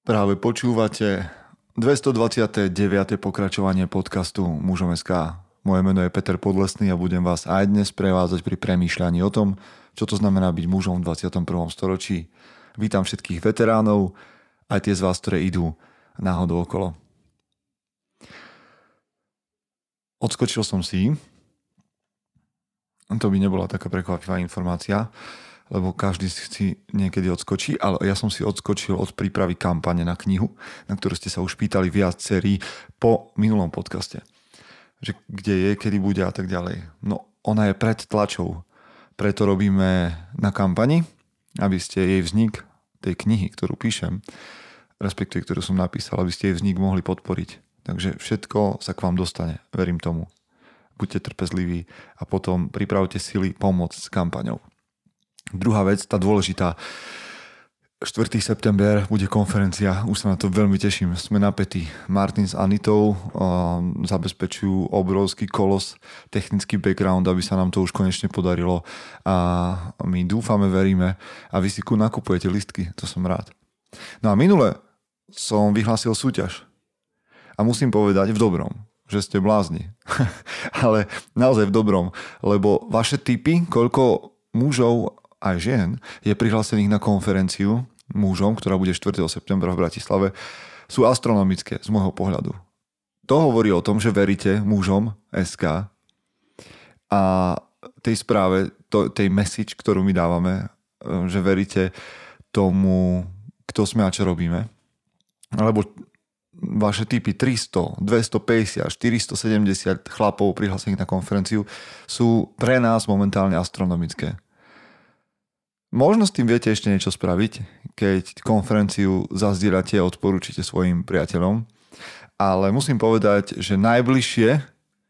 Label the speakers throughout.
Speaker 1: Práve počúvate 229. pokračovanie podcastu Mužom.sk. Moje meno je Peter Podlesný a budem vás aj dnes prevázať pri premýšľaní o tom, čo to znamená byť mužom v 21. storočí. Vítam všetkých veteránov, aj tie z vás, ktoré idú náhodou okolo. Odskočil som si. To by nebola taká prekvapivá informácia, lebo každý si niekedy odskočí, ale ja som si odskočil od prípravy kampane na knihu, na ktorú ste sa už pýtali viacerí po minulom podcaste. Že kde je, kedy bude a tak ďalej. No, ona je pred tlačou. Preto robíme na kampani, aby ste jej vznik tej knihy, ktorú píšem, respektíve ktorú som napísal, aby ste jej vznik mohli podporiť. Takže všetko sa k vám dostane, verím tomu. Buďte trpezliví a potom pripravte sily pomôcť s kampaňou. Druhá vec, tá dôležitá, 4. september bude konferencia, už sa na to veľmi teším, sme napätí. Martin s Anitou zabezpečujú obrovský kolos, technický background, aby sa nám to už konečne podarilo a my dúfame, veríme a vy si nakupujete listky, to som rád. No a minule som vyhlásil súťaž a musím povedať v dobrom, že ste blázni, ale naozaj v dobrom, lebo vaše tipy, koľko mužov aj žien je prihlásených na konferenciu mužom, ktorá bude 4. septembra v Bratislave, sú astronomické z môjho pohľadu. To hovorí o tom, že veríte mužom SK a tej správe, tej message, ktorú my dávame, že veríte tomu, kto sme a čo robíme. Alebo vaše typy 300, 250, 470 chlapov prihlásených na konferenciu sú pre nás momentálne astronomické. Možno s tým viete ešte niečo spraviť, keď konferenciu zazdierate a odporúčite svojim priateľom, ale musím povedať, že najbližšie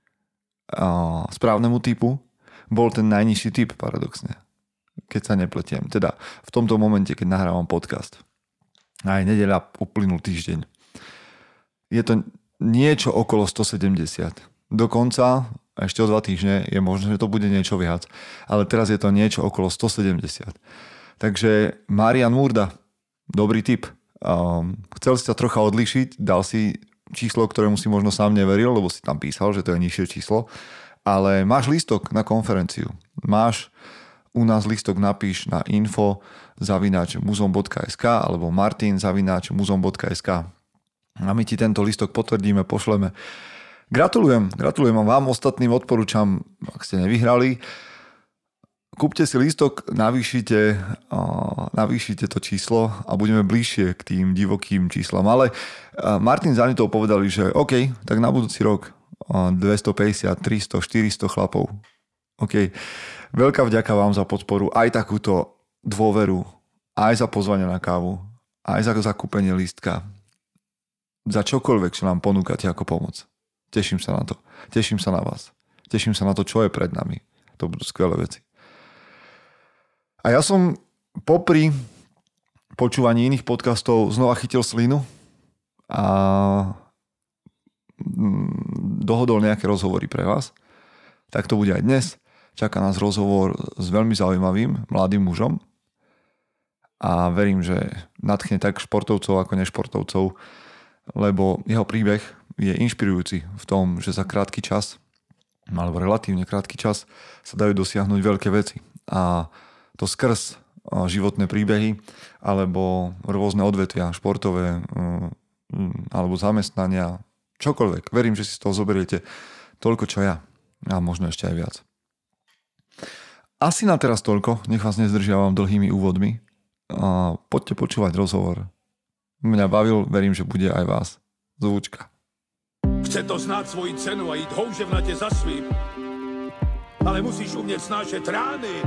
Speaker 1: správnemu typu bol ten najnižší typ, paradoxne, keď sa nepletiem. Teda v tomto momente, keď nahrávam podcast. Aj nedeľa uplynul týždeň. Je to niečo okolo 170. Dokonca ešte o 2 týždne je možné, že to bude niečo viac, ale teraz je to niečo okolo 170. Takže Marian Múrda, dobrý tip. Chcel si sa trocha odlišiť, dal si číslo, ktorému si možno sám neveril, lebo si tam písal, že to je nižšie číslo, ale máš lístok na konferenciu. Máš u nás lístok, napíš na info@muzom.sk alebo martin@muzom.sk a my ti tento lístok potvrdíme, pošleme. Gratulujem vám ostatným, odporúčam, ak ste nevyhrali, kúpte si lístok, navýšite to číslo a budeme bližšie k tým divokým číslam. Ale Martin s Anitou povedali, že OK, tak na budúci rok 250, 300, 400 chlapov. OK, veľká vďaka vám za podporu, aj takúto dôveru, aj za pozvanie na kávu, aj za zakúpenie lístka, za čokoľvek, čo nám ponúkate ako pomoc. Teším sa na to. Teším sa na vás. Teším sa na to, čo je pred nami. To budú skvelé veci. A ja som popri počúvaní iných podcastov znova chytil slinu a dohodol nejaké rozhovory pre vás. Tak to bude aj dnes. Čaká nás rozhovor s veľmi zaujímavým mladým mužom a verím, že nadchne tak športovcov ako nešportovcov, lebo jeho príbeh je inšpirujúci v tom, že za krátky čas, alebo relatívne krátky čas, sa dajú dosiahnuť veľké veci. A to skrz životné príbehy, alebo rôzne odvetvia, športové, alebo zamestnania, čokoľvek. Verím, že si z toho zoberiete toľko, čo ja. A možno ešte aj viac. Asi na teraz toľko, nech vás nezdržiavam dlhými úvodmi. Poďte počúvať rozhovor. Mňa bavil, verím, že bude aj vás. Zvučka.
Speaker 2: Chce to znát svoji cenu a jít houževnatě za svým. Ale musíš umět snášet rány.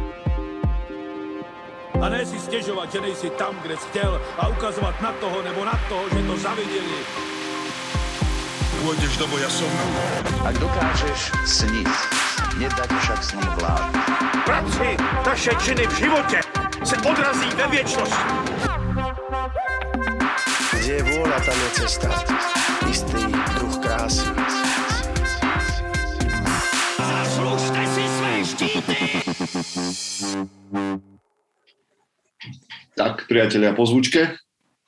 Speaker 2: A ne si stěžovat, že nejsi tam, kde jsi chtěl a ukazovat na toho nebo na toho, že to zaviděli. Pôjdeš do boja som.
Speaker 3: Ak dokážeš sniť, nedať však sním vlád.
Speaker 2: Práci, taše činy v životě se odrazí ve věčnosti.
Speaker 3: Kde je vôľa, tam je cesta. Istý druh krásy.
Speaker 2: Zaslužte si své štíty!
Speaker 1: Tak, priatelia, po zvučke.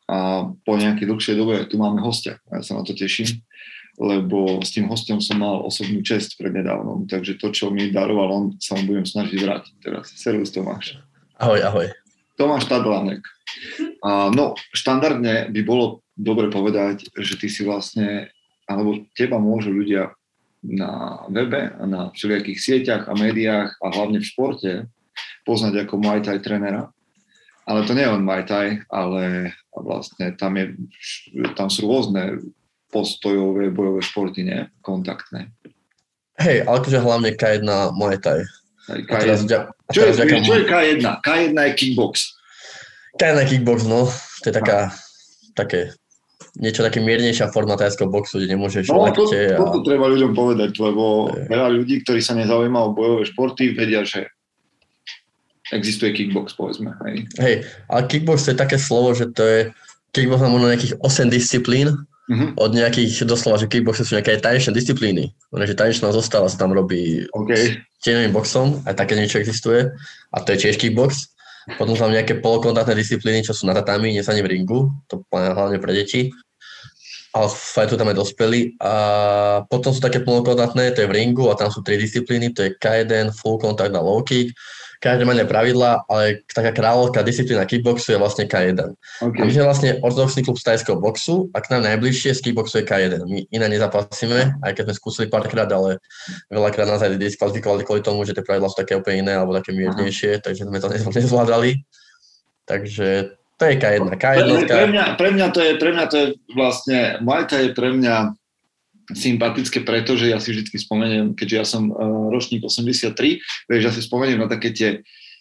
Speaker 1: a po nejakej dlhšej dobe tu máme hostia. Ja sa na to teším, lebo s tým hostom som mal osobnú česť prednedávnom, takže to, čo mi daroval on, sa mu budem snažiť vrátiť teraz. Servus Tomáš.
Speaker 4: Ahoj, ahoj.
Speaker 1: Tomáš Tadlánek. No, štandardne by bolo dobre povedať, že ty si vlastne, alebo teba môžu ľudia na webe a na všelijakých sieťach a médiách a hlavne v športe poznať ako Muay Thai trénera. Ale to nie je len Muay Thai, ale vlastne tam sú rôzne postojové bojové športy, nie? Kontaktné.
Speaker 4: Hej, ale akože hlavne K1 Muay Thai.
Speaker 1: K1. Čo je K1? K1 je kickbox.
Speaker 4: K1 je kickbox, no. To je také niečo také miernejšia forma tajského boxu, kde nemôžeš lakte.
Speaker 1: Toto treba ľuďom povedať, lebo veľa ľudí, ktorí sa nezaujímajú o bojové športy, vedia, že existuje kickbox, povedzme.
Speaker 4: Hej, ale kickbox je také slovo, že to je kickbox má možno nejakých 8 disciplín, od nejakých doslova, že kickboxe sú nejaké tanečné disciplíny. Že tanečná zostava sa tam robí s tieňovým boxom, aj také niečo existuje a to je tiež kickbox. Potom sú tam nejaké polokontaktné disciplíny, čo sú na tatami, nie sa ani v ringu, to hlavne pre deti. Ale fajtu tam aj dospelí. A potom sú také plnokontaktné, to je v ringu a tam sú 3 disciplíny, to je K1, full contact a low kick. Každé má iné pravidlá, ale taká kráľovská disciplína kickboxu je vlastne K1. A my sme vlastne ortodoxný klub z tajského boxu a k nám najbližšie z kickboxu je K1. My iné nezapasíme, aj keď sme skúsili párkrát, ale veľakrát nás aj diskvalifikovali kvôli tomu, že tie pravidlá sú také úplne iné alebo také miernejšie, takže sme to nezvládali. Takže to je K1.
Speaker 1: Pre mňa to je vlastne, Muay Thai je pre mňa sympatické, pretože ja si vždy spomeniem, keďže ja som ročník 83, vieš, ja si spomeniem na také tie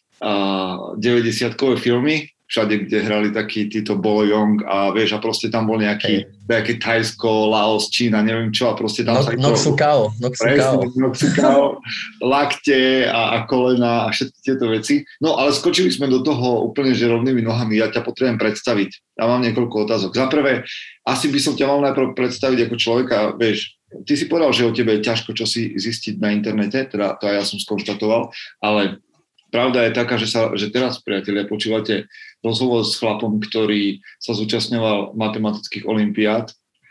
Speaker 1: 90-kové filmy, všade, kde hrali takí títo Bolo Young a vieš, a proste tam bol nejaký Thajsko, Laos, Čína, neviem čo, a proste tam sa...
Speaker 4: Noxu Kao,
Speaker 1: lakte a kolena a všetky tieto veci. No, ale skočili sme do toho úplne že rovnými nohami, ja ťa potrebujem predstaviť. Ja mám niekoľko otázok. Za prvé, asi by som ťa mal najprv predstaviť ako človeka, vieš, ty si povedal, že o tebe je ťažko čo si zistiť na internete, teda to aj ja som skonštatoval, ale pravda je taká, že teraz, priatelia, počúvate rozhovor s chlapom, ktorý sa zúčastňoval matematických olympiád.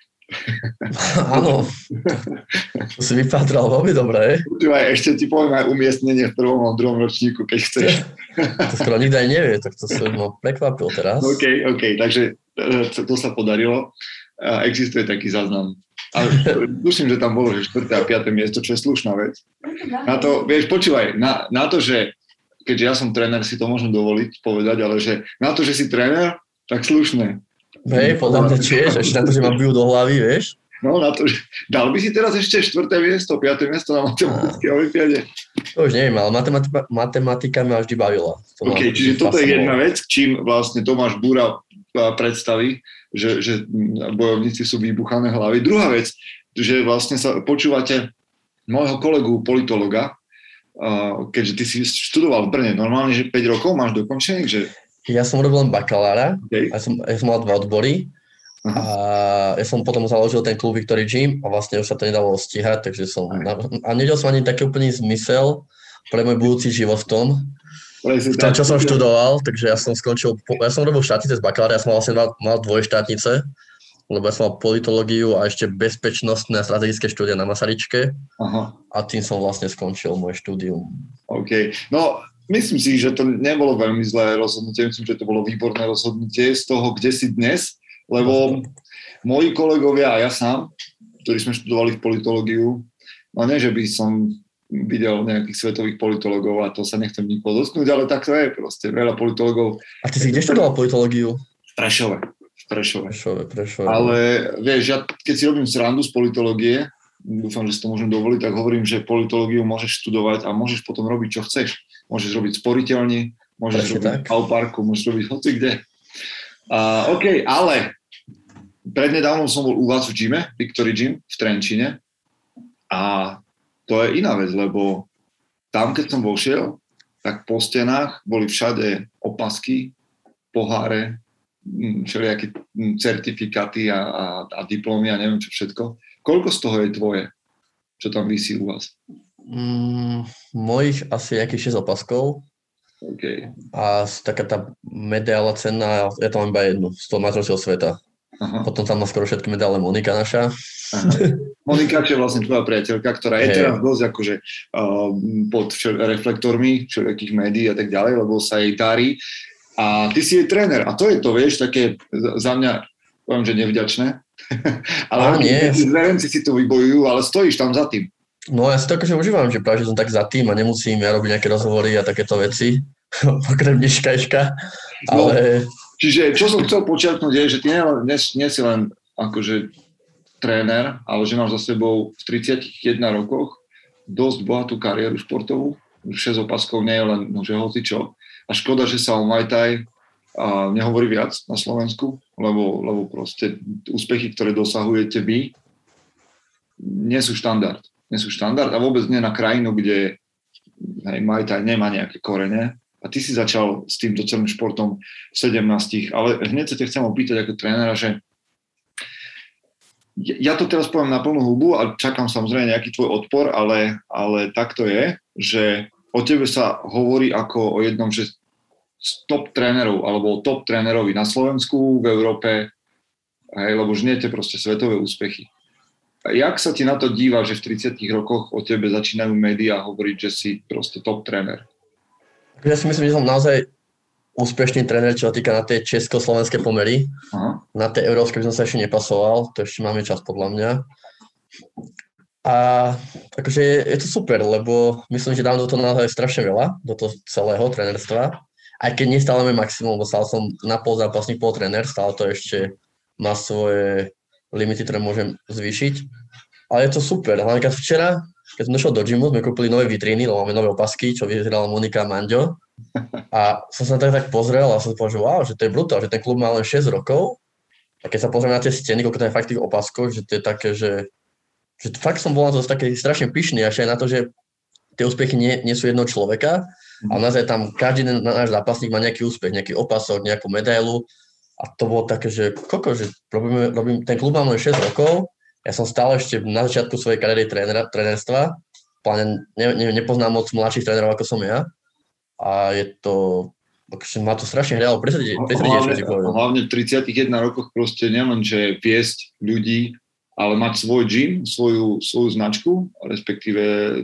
Speaker 4: Áno, to si vypátral veľmi dobre.
Speaker 1: Ešte ti poviem aj umiestnenie v prvom a druhom ročníku, keď chceš.
Speaker 4: To skoro nikto aj nevie, tak to som ma prekvapil teraz. OK,
Speaker 1: takže to sa podarilo. Existuje taký záznam. Ale tuším, že tam bolo, že 4. a 5. miesto, čo je slušná vec. Na to, vieš, počúvaj, na to, že keďže ja som tréner, si to môžem dovoliť povedať, ale že na to, že si tréner, tak slušné.
Speaker 4: Hej, podľa mňa tiež, ešte na to, že ma bijú do hlavy, vieš?
Speaker 1: No, na to, že dal by si teraz ešte 4. miesto, 5. miesto na matematickej olympiáde?
Speaker 4: To už neviem, ale matematika ma vždy bavila.
Speaker 1: Čiže toto je jedna vec, čím vlastne Tomáš Búra predstaví, že bojovníci sú vybuchané hlavy. Druhá vec, že vlastne sa počúvate môjho kolegu politologa, keďže ty si študoval v Brne, normálne, že 5 rokov máš dokončených, že...
Speaker 4: Ja som robil len bakalára, ja som mal 2 odbory a ja som potom založil ten klub Victory Gym a vlastne už sa to nedalo stíhať, takže som... A nevedel som ani taký úplný zmysel pre môj budúci život v tom, čo som študoval, takže ja som skončil... Ja som robil štátnice z bakalára, ja som vlastne mal 2 štátnice, lebo ja som mal politológiu a ešte bezpečnostné a strategické štúdia na Masaryčke. Aha. A tým som vlastne skončil moje štúdium.
Speaker 1: OK. No, myslím si, že to nebolo veľmi zlé rozhodnutie, myslím, že to bolo výborné rozhodnutie z toho, kde si dnes, lebo moji kolegovia a ja sám, ktorí sme študovali v politológiu, no nie, že by som videl nejakých svetových politológov a to sa nechcem nikoho dotknúť, ale tak to je proste veľa politológov.
Speaker 4: A ty si kde študoval politológiu?
Speaker 1: V Prešove. Ale vieš, ja keď si robím srandu z politológie, dúfam, že si to môžem dovoliť, tak hovorím, že politológiu môžeš študovať a môžeš potom robiť, čo chceš. Môžeš robiť sporiteľne, môžeš robiť v parku, môžeš robiť hoci kde. OK, ale prednedávnom som bol u vás v gyme, Victory Gym v Trenčine a to je iná vec, lebo tam, keď som vošiel, tak po stenách boli všade opasky, poháre, všelijaké certifikáty a diplomy a neviem čo všetko. Koľko z toho je tvoje, čo tam visí u vás?
Speaker 4: Mojich asi nejakých 6 opaskov.
Speaker 5: Okay.
Speaker 4: A taká tá medaila cenná, ja tam mám iba jednu, z toho majstrovstiev sveta. Aha. Potom tam má skoro všetky medále Monika naša.
Speaker 5: Aha. Monika, čo je vlastne tvoja priateľka, ktorá je teraz dosť akože pod reflektormi všelijakých médií a tak ďalej, lebo sa jej darí. A ty si jej tréner. A to je to, vieš, také za mňa, poviem, že nevďačné. Ale zverenci si to vybojujú, ale stojíš tam za tým.
Speaker 4: No ja si to akože užívam, že práve, že som tak za tým a nemusím ja robiť nejaké rozhovory a takéto veci. Okrem Miškajška. Ale...
Speaker 5: No, čiže čo som chcel počiarknúť je, že ty nie si len akože tréner, ale že máš za sebou v 31 rokoch dosť bohatú kariéru športovú. 6 opaskov nie je len, že hocičo. A škoda, že sa o Muay Thai nehovorí viac na Slovensku, lebo proste úspechy, ktoré dosahujete vy, nie sú štandard. A vôbec nie na krajinu, kde Muay Thai nemá nejaké korene. A ty si začal s týmto celým športom v 17. Ale hneď sa ťa chcem opýtať ako trénera, že ja to teraz poviem na plnú hubu a čakám samozrejme nejaký tvoj odpor, ale tak to je, že o tebe sa hovorí ako o jednom z top trénerov alebo o top trénerovi na Slovensku, v Európe, lebo žniete proste svetové úspechy. Jak sa ti na to díva, že v 30 rokoch o tebe začínajú médiá hovoriť, že si proste top tréner?
Speaker 4: Ja si myslím, že som naozaj úspešný tréner, čo sa týka na tie československé pomery. Aha. Na tie európske by som sa ešte nepasoval, to ešte máme čas podľa mňa. A akože je to super, lebo myslím, že dám do toho naozaj strašne veľa, do toho celého trénerstva. Aj keď nie stále mám maximum, lebo stále som na pol zápasník, pol tréner, stále to ešte má svoje limity, ktoré môžem zvýšiť. Ale je to super. Hlavne keď včera, keď som došiel do gymu, sme kúpili nové vitríny, lebo máme nové opasky, čo vyhrala Monika a Manďo. A som sa tak pozrel a som si povedal, že wow, že to je brutál, že ten klub má len 6 rokov. A keď sa pozrieme na tie steny, koľko tam je fakt tých opaskov, že to je také, že fakt som bol na to taký strašne pyšný, až aj na to, že tie úspechy nie sú jedného človeka, ale naozaj tam každý náš zápasník má nejaký úspech, nejaký opasok, nejakú medailu. A to bolo také, že že robím, ten klub mám len 6 rokov, ja som stále ešte na začiatku svojej kariéry trénerstva, nepoznám moc mladších trénerov, ako som ja. A je to, ma to strašne hrialo pri srdiečku.
Speaker 5: Hlavne v 31 rokoch proste nielen, že viesť ľudí, ale mať svoj gym, svoju značku, respektíve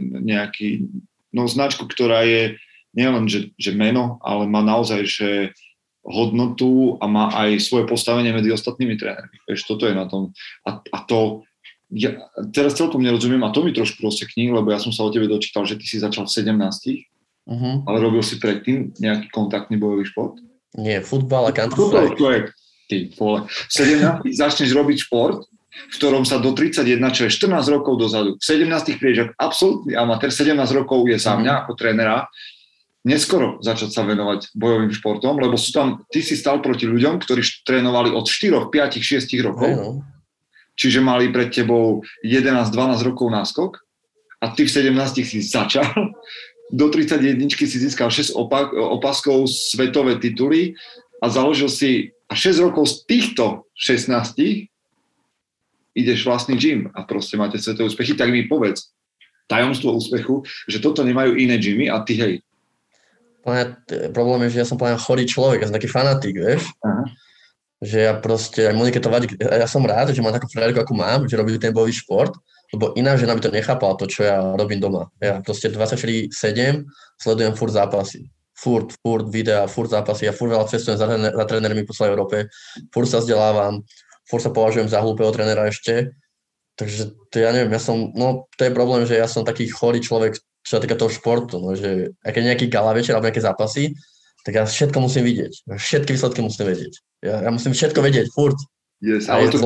Speaker 5: značku, ktorá je nielen, že meno, ale má naozaj, že hodnotu a má aj svoje postavenie medzi ostatnými trénermi. Vieš, toto je na tom. A to, ja teraz celkom nerozumiem a to mi trošku rozsekní, lebo ja som sa o tebe dočítal, že ty si začal v 17, ale robil si predtým nejaký kontaktný bojový šport?
Speaker 4: Nie, futbal a counter-strike.
Speaker 5: Ty vole. V 17 začneš robiť šport, v ktorom sa do 31, čo je 14 rokov dozadu, v 17 prídeš ako absolútny amatér, 17 rokov je za mňa ako trénera, neskoro začať sa venovať bojovým športom, lebo ty si stal proti ľuďom, ktorí trénovali od 4, 5, 6 rokov, čiže mali pred tebou 11, 12 rokov náskok a ty v 17 si začal, do 31 si získal 6 opaskov, svetové tituly a založil si, a 6 rokov z týchto 16 ideš vlastný gym a proste máte svetové úspechy, tak mi povedz tajomstvo úspechu, že toto nemajú iné gymy a ty hej.
Speaker 4: Problém je, že ja som chorý človek, ja som taký fanatik, vieš. Aha. Že ja proste, aj Monike to vadí, ja som rád, že mám takú frajerku, ako mám, že robím ten bojový šport, lebo iná žena by to nechápala, to, čo ja robím doma. Ja proste 24/7 sledujem furt zápasy. Furt videá, furt zápasy, ja furt veľa cestujem za trénermi po celej Európe, furt sa vzdelávam, furt sa považujem za hlúpeho trénera ešte. Takže to ja neviem, to je problém, že ja som taký chorý človek, čo sa týka toho športu, že aj keď nejaký gala večer alebo nejaké zápasy, tak ja všetko musím vidieť. Všetky výsledky musím vedieť. Ja musím všetko vedieť, furt.
Speaker 5: Yes, ale to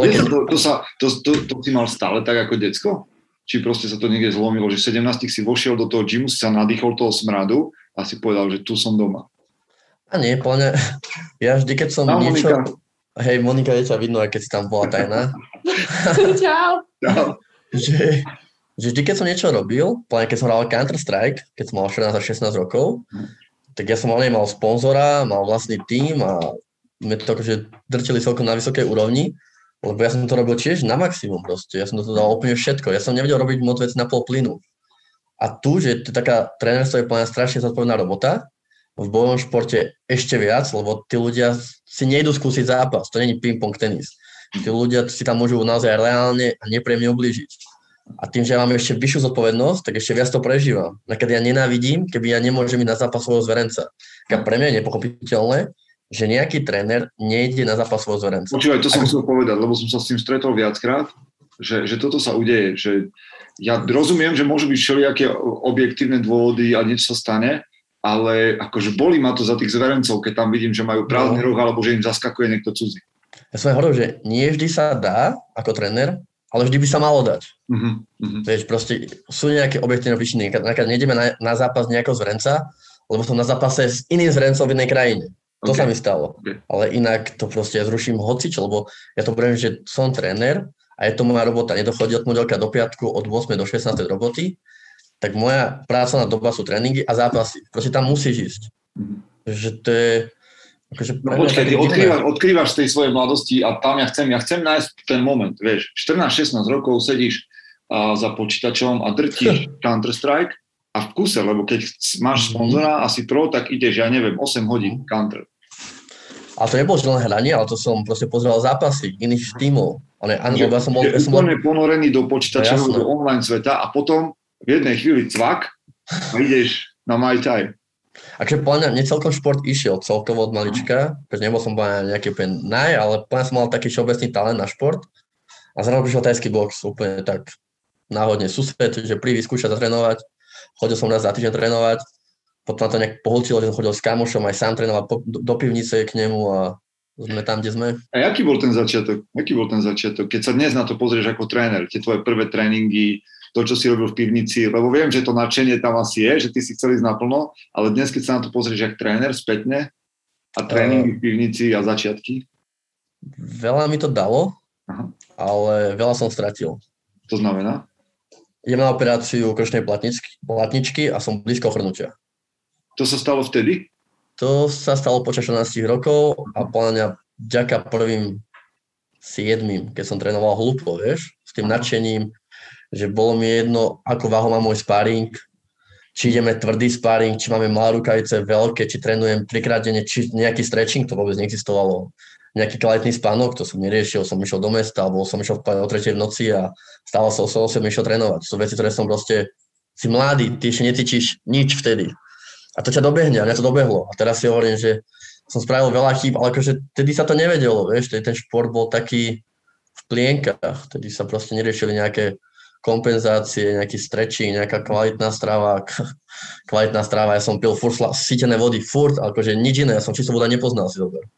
Speaker 5: si mal stále tak ako decko? Či proste sa to niekde zlomilo, že 17 si vošiel do toho gymu, si sa nadýchol toho smradu a si povedal, že tu som doma?
Speaker 4: A nie, plne. Ja vždy, keď som niečo... Monika. Hej, Monika, je ťa vidno, aj keď si tam bola tajná.
Speaker 6: Čau.
Speaker 4: Že vždy, keď som niečo robil, keď som hral Counter-Strike, keď som mal 14-16 rokov, tak ja som mal sponzora, mal vlastný tím a my to akože drčili celkom na vysokej úrovni, lebo ja som to robil tiež na maximum proste. Ja som to dal úplne všetko. Ja som nevedel robiť moc veci na pol plynu. A tu, že to taká trénerstvo je plná strašne zodpovedná robota, v bojovom športe ešte viac, lebo tí ľudia si nejdú skúsiť zápas, to není ping-pong tenis. Tí ľudia si tam môžu naozaj reálne a nepríjemne ublížiť. A tým, že ja mám ešte vyššiu zodpovednosť, tak ešte viac to prežívam. Keď ja nenávidím, keby ja nemôžem ísť na zápas svojho zverenca. Pre mňa je nepochopiteľné, že nejaký tréner nejde na zápas svojho zverenca.
Speaker 5: Počúvaj, to som chcel povedať, lebo som sa s tým stretol viackrát, že toto sa udeje, že ja rozumiem, že môžu byť všelijaké objektívne dôvody a niečo sa stane, ale akože bolí ma to za tých zverencov, keď tam vidím, že majú prázdny roh, alebo že im zaskakuje niekto cudzí. Ja
Speaker 4: som hovoril, že nie vždy sa dá ako tréner, ale vždy by sa malo dať. Vieš, proste sú nejaké objektívne príčiny. Napríklad nejdeme na zápas nejakého zverenca, lebo som na zápase s iným zverencom v inej krajine. To sa mi stalo. Ale inak to proste zruším hocič, lebo ja to beriem, že som tréner a je to moja robota. Nedochodí od pondelka do piatku, od 8 do 16 roboty, tak moja práca na doba sú tréningy a zápasy. Proste tam musíš ísť. Že to je... Akože
Speaker 5: no počkaj, ty odkrývaš z tej svojej mladosti a tam ja chcem nájsť ten moment, vieš. 14-16 rokov sedíš za počítačom a drtíš Counter-Strike a v kuse, lebo keď máš sponzora a si pro, tak ideš, ja neviem, 8 hodín Counter.
Speaker 4: A to nebolo len hranie, ale to som proste pozeral zápasy iných tímov.
Speaker 5: Ja som bol ponorený do počítačového do online sveta a potom v jednej chvíli cvak a ideš na Muay Thai.
Speaker 4: Akože podľa mňa necelkom šport išiel celkovo od malička, pretože nebol som podľa nejaký úplne ale podľa som mal taký všeobecný talent na šport a zrazu prišiel tajský box úplne tak náhodne sused, že príď vyskúšať zatrénovať, chodil som raz za týždeň trénovať, potom ma to nejak pohltilo, že som chodil s kamošom aj sám trénovať do pivnice k nemu a sme tam, kde sme.
Speaker 5: A aký bol ten začiatok? Keď sa dnes na to pozrieš ako tréner, tie tvoje prvé tréningy, to, čo si robil v pivnici, lebo viem, že to nadšenie tam asi je, že ty si chcel ísť naplno, ale dnes, keď sa na to pozrieš ako tréner spätne a tréningy v pivnici a začiatky?
Speaker 4: Veľa mi to dalo, ale veľa som stratil.
Speaker 5: To znamená?
Speaker 4: Idem na operáciu krčnej platničky a som blízko ochrnutia.
Speaker 5: To sa stalo vtedy?
Speaker 4: To sa stalo počas 14 rokov a podľa mňa vďaka prvým 7, keď som trénoval hlúpo, vieš, s tým nadšením, že bolo mi jedno, ako váhu má môj sparing, či ideme tvrdý sparing, či máme malé rukavice veľké, či trénujem 3-krát denne, či nejaký stretching, to vôbec neexistovalo. Nejaký kvalitný spánok, to som neriešil, som išiel do mesta, alebo som išiel o 3 v noci a stále som o 8 išiel trénovať. To sú veci, ktoré som proste, si mladý, ty ešte necítiš nič vtedy. A to ťa dobehne, a mňa to dobehlo. A teraz si hovorím, že som spravil veľa chýb, ale akože vtedy sa to nevedelo, vieš, ten šport bol taký v plienkach, vtedy sa proste neriešili nejaké kompenzácie, nejaký stretching, nejaká kvalitná strava. Ja som pil furt sítené vody, akože nič iné, ja som čistú voda nepoznal si dobre.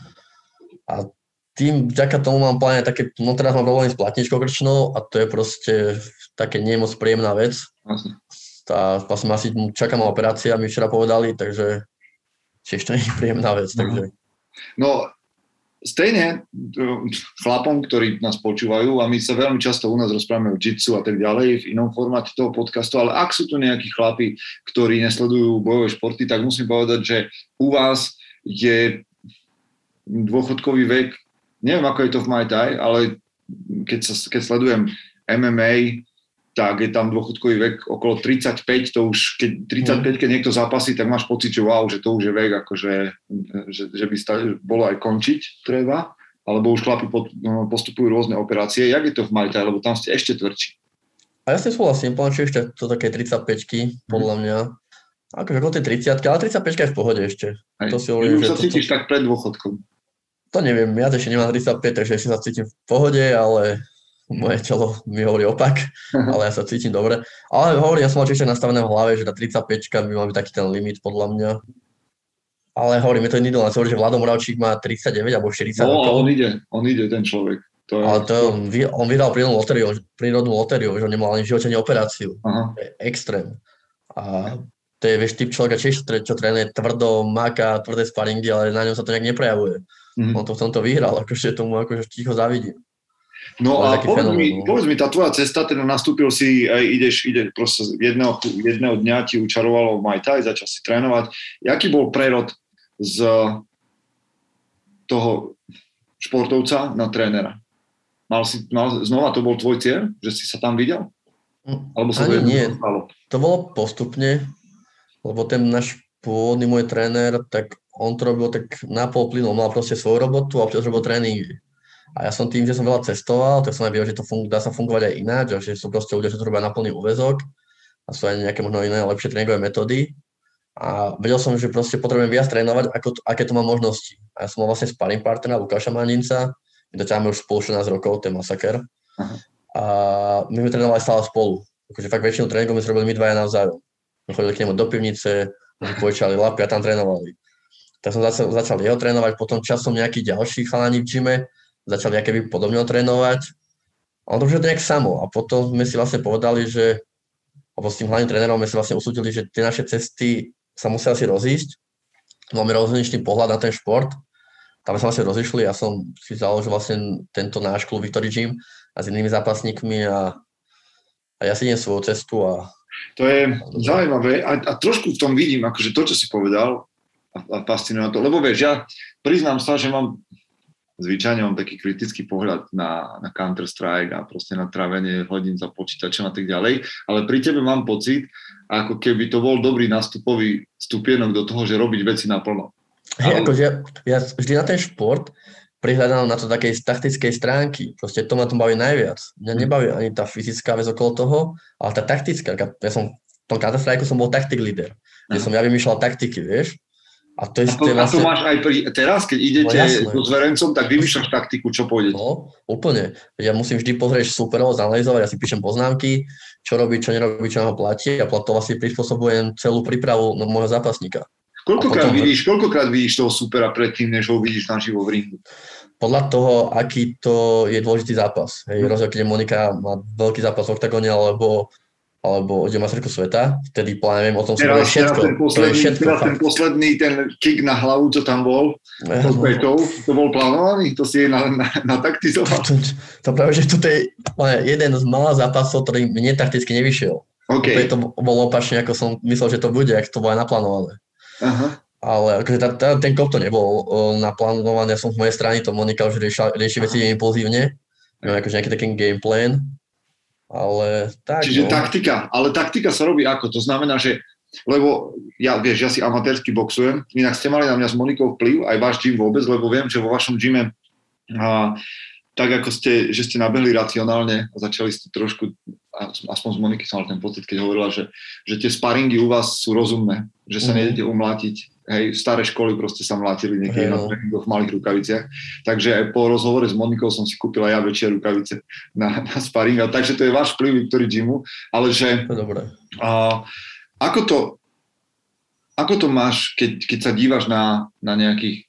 Speaker 4: A tým, vďaka tomu mám pláne také, no teraz mám problém s platničkou krčnou a to je proste také nemoc príjemná vec. Vlastne asi čakám operácia, mi včera povedali, takže tiež to nie je príjemná vec, takže...
Speaker 5: No, stejne chlapom, ktorí nás počúvajú a my sa veľmi často u nás rozprávame o jitsu a tak ďalej v inom formáte toho podcastu, ale ak sú tu nejakí chlapi, ktorí nesledujú bojové športy, tak musím povedať, že u vás je dôchodkový vek, neviem ako je to v Muay Thai, ale keď sledujem MMA, tak je tam dôchodkový vek okolo 35, to už keď 35, keď niekto zápasí, tak máš pocit, že wow, že to už je vek, akože, že by bolo aj končiť treba, alebo už chlapi postupujú rôzne operácie. Jak je to v Muay Thai, lebo tam ste ešte tvrdší?
Speaker 4: A ja si súhlasím, poviem, ešte to také 35-ky, podľa mňa. Akože okolo tej 30-ky, ale 35-ka je v pohode ešte. To si hovorím,
Speaker 5: už sa cítiš tak pred dôchodkom.
Speaker 4: To neviem, ja ešte nemám 35, takže ešte sa cítim v pohode, ale moje telo mi hovorí opak, ale ja sa cítim dobre. Ale hovorím, ja som mal ešte nastavené v hlave, že tá 35 by mal byť taký ten limit podľa mňa. Ale hovorím, je to individuálne. Hovorím, že Vlado Moravčík má 39 alebo 40 rokov.
Speaker 5: On ide ten človek.
Speaker 4: Ale on vydal prírodnú lotériu, že on nemal ani v živote ani operáciu. To je extrém. A to je, vieš, typ človeka tiež, čo trénuje tvrdo, máka, tvrdé sparingy, ale na ňom sa to nejak neprejavuje. On to v tomto vyhral, akože tomu akože ticho závidím.
Speaker 5: No a povedz mi, tá tvoja cesta, teda nastúpil si, ideš proste jedného dňa ti učarovalo Muay Thai, začal si trénovať. Jaký bol prerod z toho športovca na trénera? Znova to bol tvoj cieľ, že si sa tam videl? Alebo sa
Speaker 4: nie. To bolo postupne, lebo ten náš pôvodný môj tréner, tak on to robil tak na pol plynu, mal proste svoju robotu a občas robil tréningy. A ja som tým, že som veľa cestoval, tak som aj videl, že to dá sa fungovať aj ináč, a že sú proste ľudia, že to robia na plný úväzok a sú aj nejaké možno iné lepšie tréningové metódy. A vedel som, že proste potrebujem viac trénovať, aké to má možnosti. A ja som mal vlastne sparring partnera Lukáša Mandinca, my to ťaháme už spolu 14 rokov, to je masaker. A my sme trénovali stále spolu. Akože fakt väčšinu tréningov my sme robili my dvaja navzájom. My chodili k nemu do pivnice, požičali lapy a tam trénovali. Tak som začal jeho trénovať, potom časom nejakí ďalší chalani v gyme začali akéby podobne trénovať. A on to už je to nejak samo. A potom sme si vlastne povedali, že alebo s tým hlavným trénerom sme si vlastne usúdili, že tie naše cesty sa musia asi rozísť. Máme rozličný pohľad na ten šport. Tam sme sa vlastne rozišli. Ja som si založil vlastne tento náš klub Victory Gym a s inými zápasníkmi a ja si idem svoju cestu a
Speaker 5: to je zaujímavé a trošku v tom vidím, akože to, čo si povedal a fascinuje to, lebo vieš, ja priznám sa, že zvyčajne mám taký kritický pohľad na Counter-Strike a proste na trávenie hodín za počítačom a tak ďalej, ale pri tebe mám pocit, ako keby to bol dobrý nástupový stupienok do toho, že robiť veci naplno.
Speaker 4: Akože ja vždy na ten šport prihľadám na to takej taktickej stránky. Proste to ma tom baví najviac. Mňa nebaví ani tá fyzická vec okolo toho, ale tá taktická. Ja som v tom Counter-Strike som bol taktik líder, kde som ja vymýšľal taktiky, vieš. A to
Speaker 5: vlastne... máš aj teraz, keď idete so zverencom, tak vymýšľaš taktiku, čo pôjde.
Speaker 4: No, úplne. Ja musím vždy pozrieť superov, zanalizovať, ja si píšem poznámky, čo robí, čo nerobí, čo na ho platí a to vlastne prispôsobujem celú prípravu môjho zápasníka.
Speaker 5: Koľkokrát vidíš toho supera predtým, než ho vidíš naživo v ringu?
Speaker 4: Podľa toho, aký to je dôležitý zápas. Rozdiel, keď Monika má veľký zápas v oktagóne, alebo ide majsterku sveta, vtedy plánujem o tom svojho všetko.
Speaker 5: Teraz ten posledný, ten kick na hlavu, čo tam bol, to bol plánovaný? To si je nataktizovať?
Speaker 4: To práve, že toto je jeden z malých zápasov, ktorý mne takticky nevyšiel. Okay. To bolo opačne, ako som myslel, že to bude, ak to bolo aj naplánované. Aha. Ale akože ten kop to nebol naplánovaný, ja som z mojej strany, to Monika už rieši veci impulzívne, neviem, akože nejaký taký game plan. Ale tak,
Speaker 5: čiže taktika sa robí ako? To znamená, že lebo ja si amatérsky boxujem, inak ste mali na mňa s Monikou vplyv, aj váš gym vôbec, lebo viem, že vo vašom gyme tak ako ste nabehli racionálne a začali ste trošku, aspoň z Moniky som mal ten pocit, keď hovorila, že tie sparingy u vás sú rozumné, že sa nejdete umlátiť. Hej, staré školy proste sa mlátili niekedy na tréningoch v malých rukaviciach. Takže aj po rozhovore s Monikou som si kúpil aj ja väčšie rukavice na sparing. Takže to je váš vplyv Victory Gymu. Ale že...
Speaker 4: Dobre.
Speaker 5: Ako to máš, keď sa dívaš na nejakých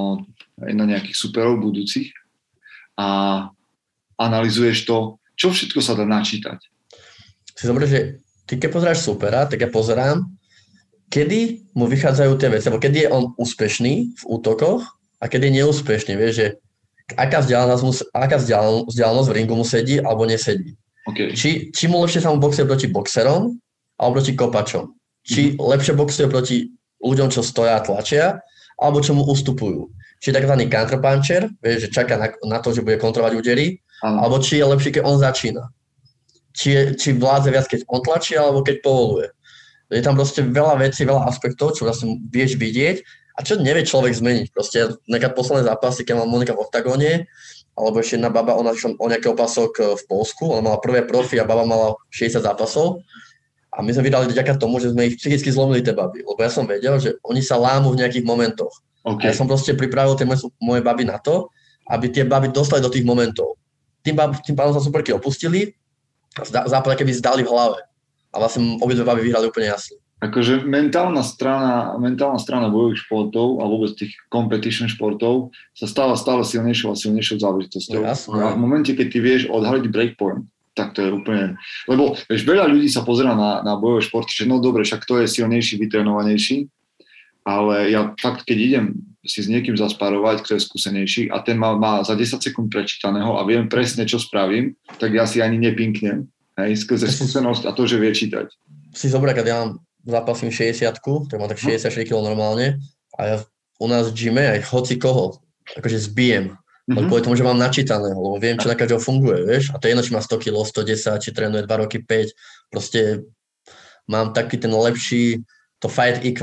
Speaker 5: superov budúcich a analyzuješ to, čo všetko sa dá načítať?
Speaker 4: Si zober, že ty keď pozeráš supera, tak ja pozerám, kedy mu vychádzajú tie veci, alebo kedy je on úspešný v útokoch a kedy je neúspešný, vieš, že aká vzdialenosť v ringu mu sedí alebo nesedí. Okay. Či mu lepšie sa mu boxuje proti boxerom alebo proti kopačom. Či lepšie boxuje proti ľuďom, čo stoja a tlačia, alebo čo mu ustupujú. Či takzvaný counterpuncher, vieš, že čaká na to, že bude kontrolovať údery, alebo či je lepšie, keď on začína. Či vládze viac, keď on tlačí, alebo keď povoluje. Je tam proste veľa vecí, veľa aspektov, čo vlastne vieš vidieť a čo nevie človek zmeniť. Proste nejaké posledné zápasy, keď mal Monika v oktagóne, alebo ešte jedna baba, ona išla o nejaký opasok v Poľsku, ona mala prvé profi a baba mala 60 zápasov a my sme vydali vďaka tomu, že sme ich psychicky zlomili tie baby, lebo ja som vedel, že oni sa lámu v nejakých momentoch. Okay. A ja som proste pripravil tie moje baby na to, aby tie baby dostali do tých momentov. Tým pádom sa superky opustili a západ keby zdali v hlave. A vlastne obidve baby vyhrali úplne jasne.
Speaker 5: Akože mentálna strana bojových športov a vôbec tých competition športov sa stáva stále silnejšou a silnejšou záležitosťou. No, a v momente, keď ty vieš odhaliť breakpoint, tak to je úplne... Lebo vieš, veľa ľudí sa pozerá na bojové športy, že no dobre, však to je silnejší, vytrénovanejší, ale ja fakt, keď idem si s niekým zasparovať, kto je skúsenejší a ten má za 10 sekúnd prečítaného a viem presne, čo spravím, tak ja si ani nepinknem. Hej, skrze skúsenosť a to, že vie čítať.
Speaker 4: Si zobrať, keď ja zápasím 60-ku, tak mám tak 64 kg normálne a ja u nás v gyme aj hoci koho, akože zbijem. Kvôli tomu, že mám načítané, lebo viem, čo na každého funguje, vieš. A to je jedno, či má 100 kg, 110, či trénuje 2 roky, 5. Proste mám taký ten lepší, to fight IQ.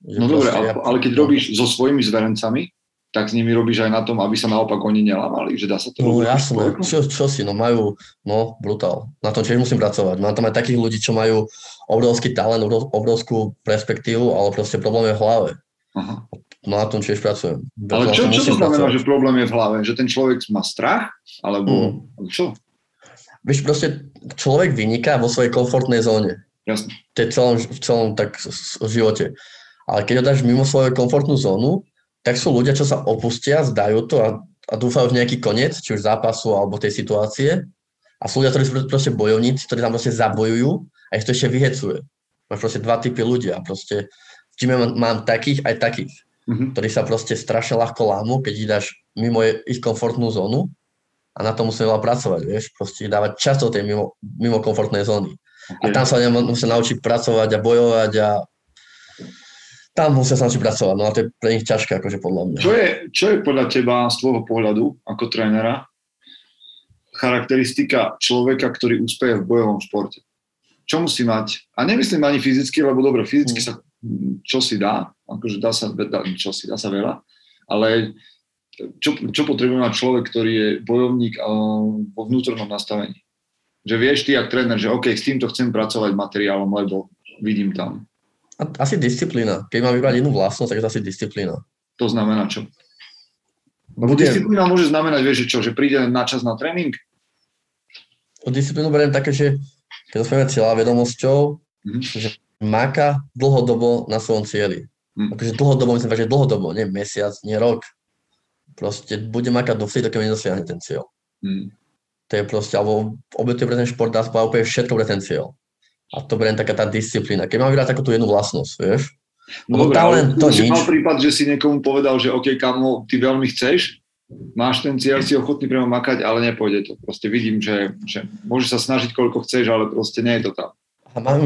Speaker 5: No dobre, ale keď robíš so svojimi zverencami, tak s nimi robíš aj na tom, aby sa naopak oni nelamali, že dá sa to robiť?
Speaker 4: No jasné, čo si, majú, brutál. Na tom tiež musím pracovať. Mám tam aj takých ľudí, čo majú obrovský talent, obrovskú perspektívu, ale proste problém je v hlave.
Speaker 5: Aha.
Speaker 4: No na tom tiež pracujem.
Speaker 5: Ale čo to znamená, že problém je v hlave? Že ten človek má strach? Alebo čo?
Speaker 4: Vieš, proste človek vyniká vo svojej komfortnej zóne.
Speaker 5: Jasne.
Speaker 4: To je v celom tak v živote. Ale keď ho dáš mimo svoju komfortnú zónu, tak sú ľudia, čo sa opustia, zdajú to a dúfajú v nejaký koniec, či už zápasu alebo tej situácie. A sú ľudia, ktorí sú proste bojovníci, ktorí tam proste zabojujú a ich to ešte vyhecuje. Máš proste dva typy ľudia. Proste v týme mám takých aj takých, ktorí sa proste strašne ľahko lámu, keď ich dáš mimo ich komfortnú zónu a na to musíme veľa pracovať, vieš. Proste dávať často tej mimo komfortnej zóny. Okay. A tam sa musia naučiť pracovať a bojovať a tam musia sa naučiť pracovať, no a to je pre nich ťažké, akože podľa mňa.
Speaker 5: Čo je podľa teba z tvojho pohľadu ako trénera charakteristika človeka, ktorý úspeje v bojovom športe? Čo musí mať? A nemyslím ani fyzicky, lebo dobre, fyzicky sa čo si dá, akože dá sa veľa, ale čo potrebuje mať človek, ktorý je bojovník vo vnútornom nastavení? Že vieš ty, jak tréner, že OK, s týmto chcem pracovať materiálom, lebo vidím tam.
Speaker 4: Asi disciplína. Keď mám vybrať jednu vlastnosť, tak je to asi disciplína.
Speaker 5: To znamená čo? Lebo disciplína môže znamenať, vieš, že príde na čas na tréning?
Speaker 4: Disciplínu beriem také, že keď dospieme cieľa vedomosťou, že máka dlhodobo na svojom cieli. Akože dlhodobo, myslím, že dlhodobo, nie mesiac, nie rok. Proste bude makať dovtedy, dokým nedosiahne ten cieľ. To je proste, alebo obetuje pre ten šport, dá sa úplne všetko pre ten cieľ. A to beriem taká tá disciplína. Keď mám vybrať takú tú jednu vlastnosť, vieš?
Speaker 5: No dobre, ale si mal prípad, že si niekomu povedal, že OK, kamo, ty veľmi chceš, máš ten cieľ, si ochotný priamo makať, ale nepôjde to. Proste vidím, že môžeš sa snažiť, koľko chceš, ale proste nie je to tam.
Speaker 4: A mám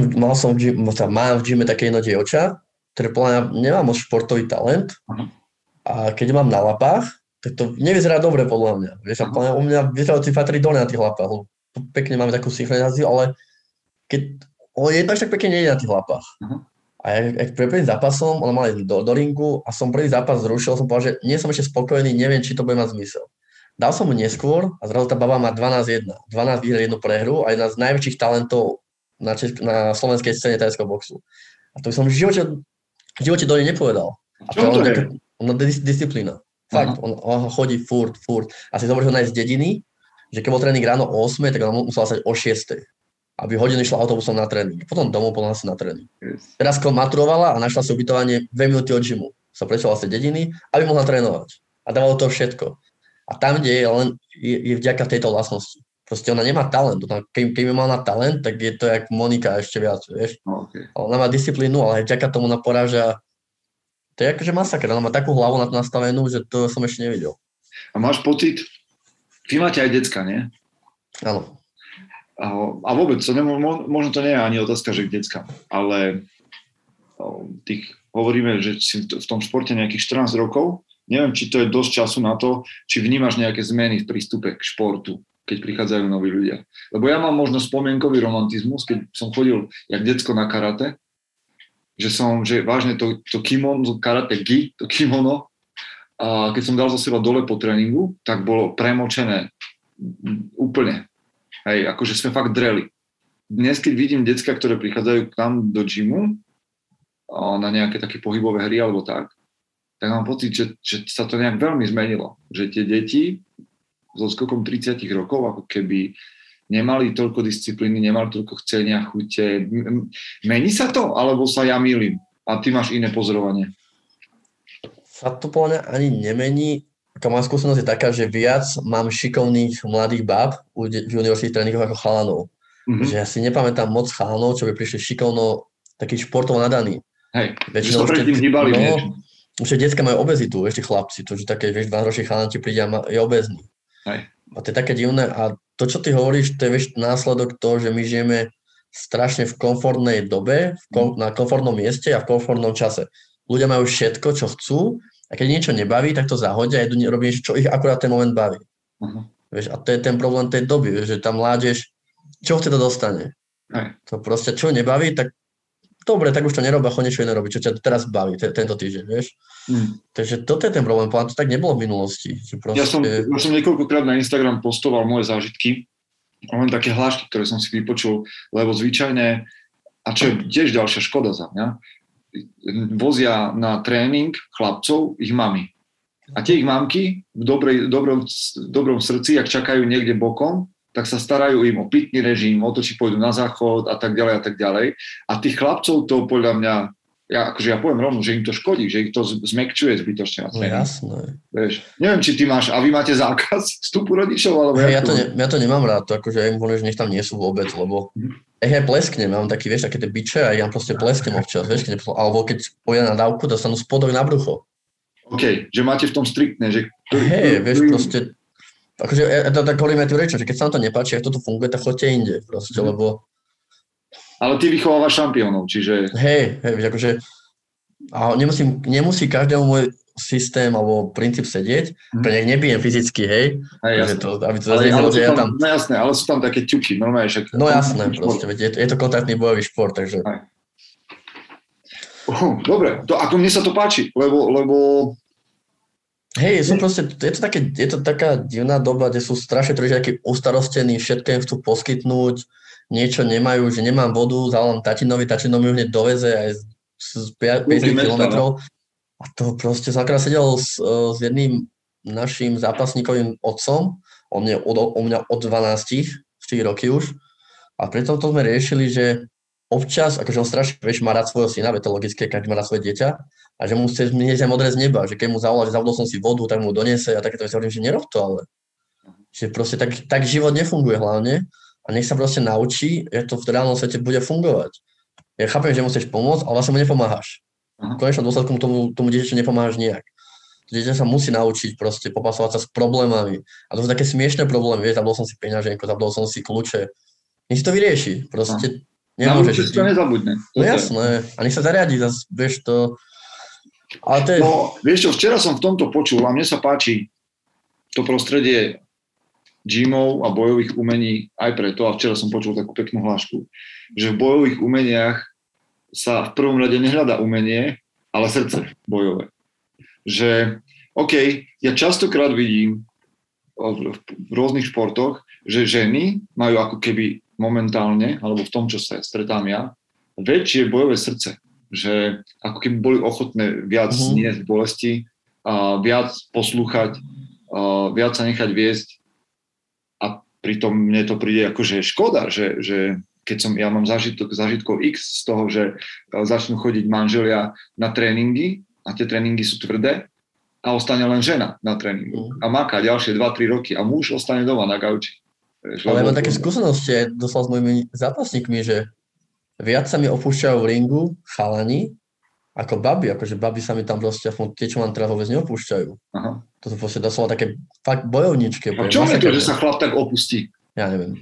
Speaker 4: v gyme také jedno dievča, ktoré podľa mňa nemá moc športový talent. A keď mám na lapách, tak to nevyzerá dobre podľa mňa. Vieš, u mňa vyzerajú tí fatry dole na tých lapách. Pekne máme takú synchronizáciu, ale keď je to až tak pekne nejde na tých lapách. A jak pre prvým zápasom, ona mala ísť do ringu a som prvý zápas zrušil, som povedal, že nie som ešte spokojný, neviem, či to bude mať zmysel. Dal som mu neskôr a zrazu tá baba má 12-1. 12 výher, 1 prehru a jedna z najväčších talentov na slovenskej scéne tajského boxu. A to by som v živote do nej nepovedal. A to je disciplína. Fakt, on chodí furt. A si zober, že ona je z dediny, že keď bol tréning ráno o 8, tak ona musela stať o 6. Aby hodinu išla autobusom na tréning. Potom domov, potom asi na tréning. Teraz maturovala a našla si ubytovanie 2 minúty od gymu. Sa prečala z tej dediny, aby mohla trénovať. A dávalo to všetko. A tam, kde je vďaka tejto vlastnosti. Proste ona nemá talent. Keď by mala talent, tak je to jak Monika ešte viac, vieš.
Speaker 5: Okay.
Speaker 4: Ona má disciplínu, ale vďaka tomu ona poráža. To je akože masaker. Ona má takú hlavu na to nastavenú, že to som ešte nevidel.
Speaker 5: A máš pocit, vy máte aj decka, nie?
Speaker 4: Áno.
Speaker 5: A vôbec, možno to nie je ani otázka, že k deckám, ale hovoríme, že si v tom športe nejakých 14 rokov, neviem, či to je dosť času na to, či vnímaš nejaké zmeny v prístupe k športu, keď prichádzajú noví ľudia. Lebo ja mám možno spomienkový romantizmus, keď som chodil jak decko na karate, že vážne to kimono, karate gi, to kimono, a keď som dal za seba dole po tréningu, tak bolo premočené úplne. Hej, akože sme fakt dreli. Dnes, keď vidím decka, ktoré prichádzajú k nám do gymu na nejaké také pohybové hry alebo tak mám pocit, že sa to nejak veľmi zmenilo. Že tie deti so skokom 30 rokov ako keby nemali toľko disciplíny, nemali toľko chcenia, chute. Mení sa to? Alebo sa ja mýlim? A ty máš iné pozorovanie?
Speaker 4: Sa to podľa mňa ani nemení. Moja skúsenosť je taká, že viac mám šikovných mladých báb v juniorských tréningoch ako chalanov. Že ja si nepamätám moc chalanov, čo by prišli šikovno, taký športovo nadaný.
Speaker 5: Hej, že sa predtým hýbali v niečom.
Speaker 4: Už decka majú obezitu, ešte chlapci, to, že také, vieš, 12-ročný chalan ti príde a je obezný.
Speaker 5: Hej.
Speaker 4: A to je také divné. A to, čo ty hovoríš, to je vieš, následok toho, že my žijeme strašne v komfortnej dobe, na komfortnom mieste a v komfortnom čase. Ľudia majú všetko, čo chcú, a keď niečo nebaví, tak to zahodia a idú robiť niečo, čo ich akurát ten moment baví. Vieš, a to je ten problém tej doby, vieš, že tá mládež, čo chce, to dostane. To proste, čo nebaví, tak dobre, tak už to nerobí, choď niečo iné robiť, čo ťa teraz baví, tento týždeň, vieš. Takže toto je ten problém, to tak nebolo v minulosti. Že proste...
Speaker 5: Ja som niekoľkokrát na Instagram postoval moje zážitky, len také hlášky, ktoré som si vypočul, lebo zvyčajne, a čo je tiež ďalšia škoda za mňa, vozia na tréning chlapcov ich mami. A tie ich mamky v dobrom srdci, ak čakajú niekde bokom, tak sa starajú im o pitný režim, o to, či pôjdu na záchod a tak ďalej a tak ďalej. A tých chlapcov to podľa mňa, ja poviem rovno, že im to škodí, že ich to zmäkčuje zbytočne.
Speaker 4: No jasné.
Speaker 5: Vieš, neviem, či ty máš, a vy máte zákaz vstupu rodičov, alebo...
Speaker 4: Ja to nemám rád, to akože ja im hovorím, že nech tam nie sú vôbec, lebo ja plesknem, mám taký, vieš, také tie biče a ja proste plesknem občas, vieš, alebo keď pôjde na dávku, dostanú spodok na brucho.
Speaker 5: OK, že máte v tom striktné, že...
Speaker 4: Vieš, proste, akože ja to tak hovorím aj tým rečom, že keď sa vám to nepáči, ak toto funguje, tak choďte inde, proste, lebo... Ale
Speaker 5: ty vychovávaš šampiónov, čiže...
Speaker 4: Vieš, akože... A nemusí každému môj systém alebo princíp sedieť, pre nech nebijem fyzicky,
Speaker 5: jasné.
Speaker 4: Aby to zaznelo, že ja tam...
Speaker 5: No jasné, ale sú tam také ťuky, normálne však...
Speaker 4: No jasné, proste, je to kontaktný bojový šport, takže...
Speaker 5: Dobre, ako mne sa to páči, lebo...
Speaker 4: Sú proste, je to taká divná doba, kde sú strašne takí ustarostení, všetko im chcú poskytnúť, niečo nemajú, že nemám vodu, zavolám tatinovi ju hneď doveze aj z 50 kilometrov. A to proste som akorát sedel s jedným našim zápasníkovým otcom, on je u mňa od 12, 4 roky už, a preto to sme riešili, že občas, akože on strašne, vieš, má rád svojho syna, to logické, každý má rád svoje dieťa, a že mu chce znieť modré z neba, že keď mu zavolá, že zabudol som si vodu, tak mu donese a takéto veci, hovorím, že nerob to, ale že proste tak život nefunguje hlavne a nech sa proste naučí, že to v reálnom svete bude fungovať. Ja chápem, že musíš pomôcť, ale vlastne mu nepomáhaš. V konečnom dôsledku tomu dieťaťu nepomáhaš nejak. Dieťa sa musí naučiť proste popasovať sa s problémami. A to sú také smiešné problémy, vieš, zabudol som si peňaženku, zabudol som si kľúče. Nech si to vyrieši, proste nemôžeš.
Speaker 5: To nezabudne.
Speaker 4: No jasné, a nech sa zariadi, vieš to. Ale to je...
Speaker 5: No, vieš čo, včera som v tomto počul a mne sa páči to prostredie gymov a bojových umení aj preto, a včera som počul takú peknú hlášku, že v bojových umeniach sa v prvom rade nehľadá umenie, ale srdce bojové. Že, OK, ja častokrát vidím v rôznych športoch, že ženy majú ako keby momentálne, alebo v tom, čo sa stretám ja, väčšie bojové srdce. Že ako keby boli ochotné viac zniesť bolesti, viac poslúchať, viac sa nechať viesť. A pritom mne to príde akože škoda, že keď ja mám zážitkov X z toho, že začnú chodiť manželia na tréningy a tie tréningy sú tvrdé a ostane len žena na tréningu a maká ďalšie 2-3 roky a muž ostane doma na gauči.
Speaker 4: Ale ja mám také skúsenosti doslova s mojimi zápasníkmi, že viac sa mi opúšťajú v ringu chalani ako baby, akože baby sa mi tam proste, tie, čo mám teraz vôbec neopúšťajú. Aha. To sú proste doslova také fakt bojovničky.
Speaker 5: A čo je to, že sa chlap tak opustí?
Speaker 4: Ja neviem.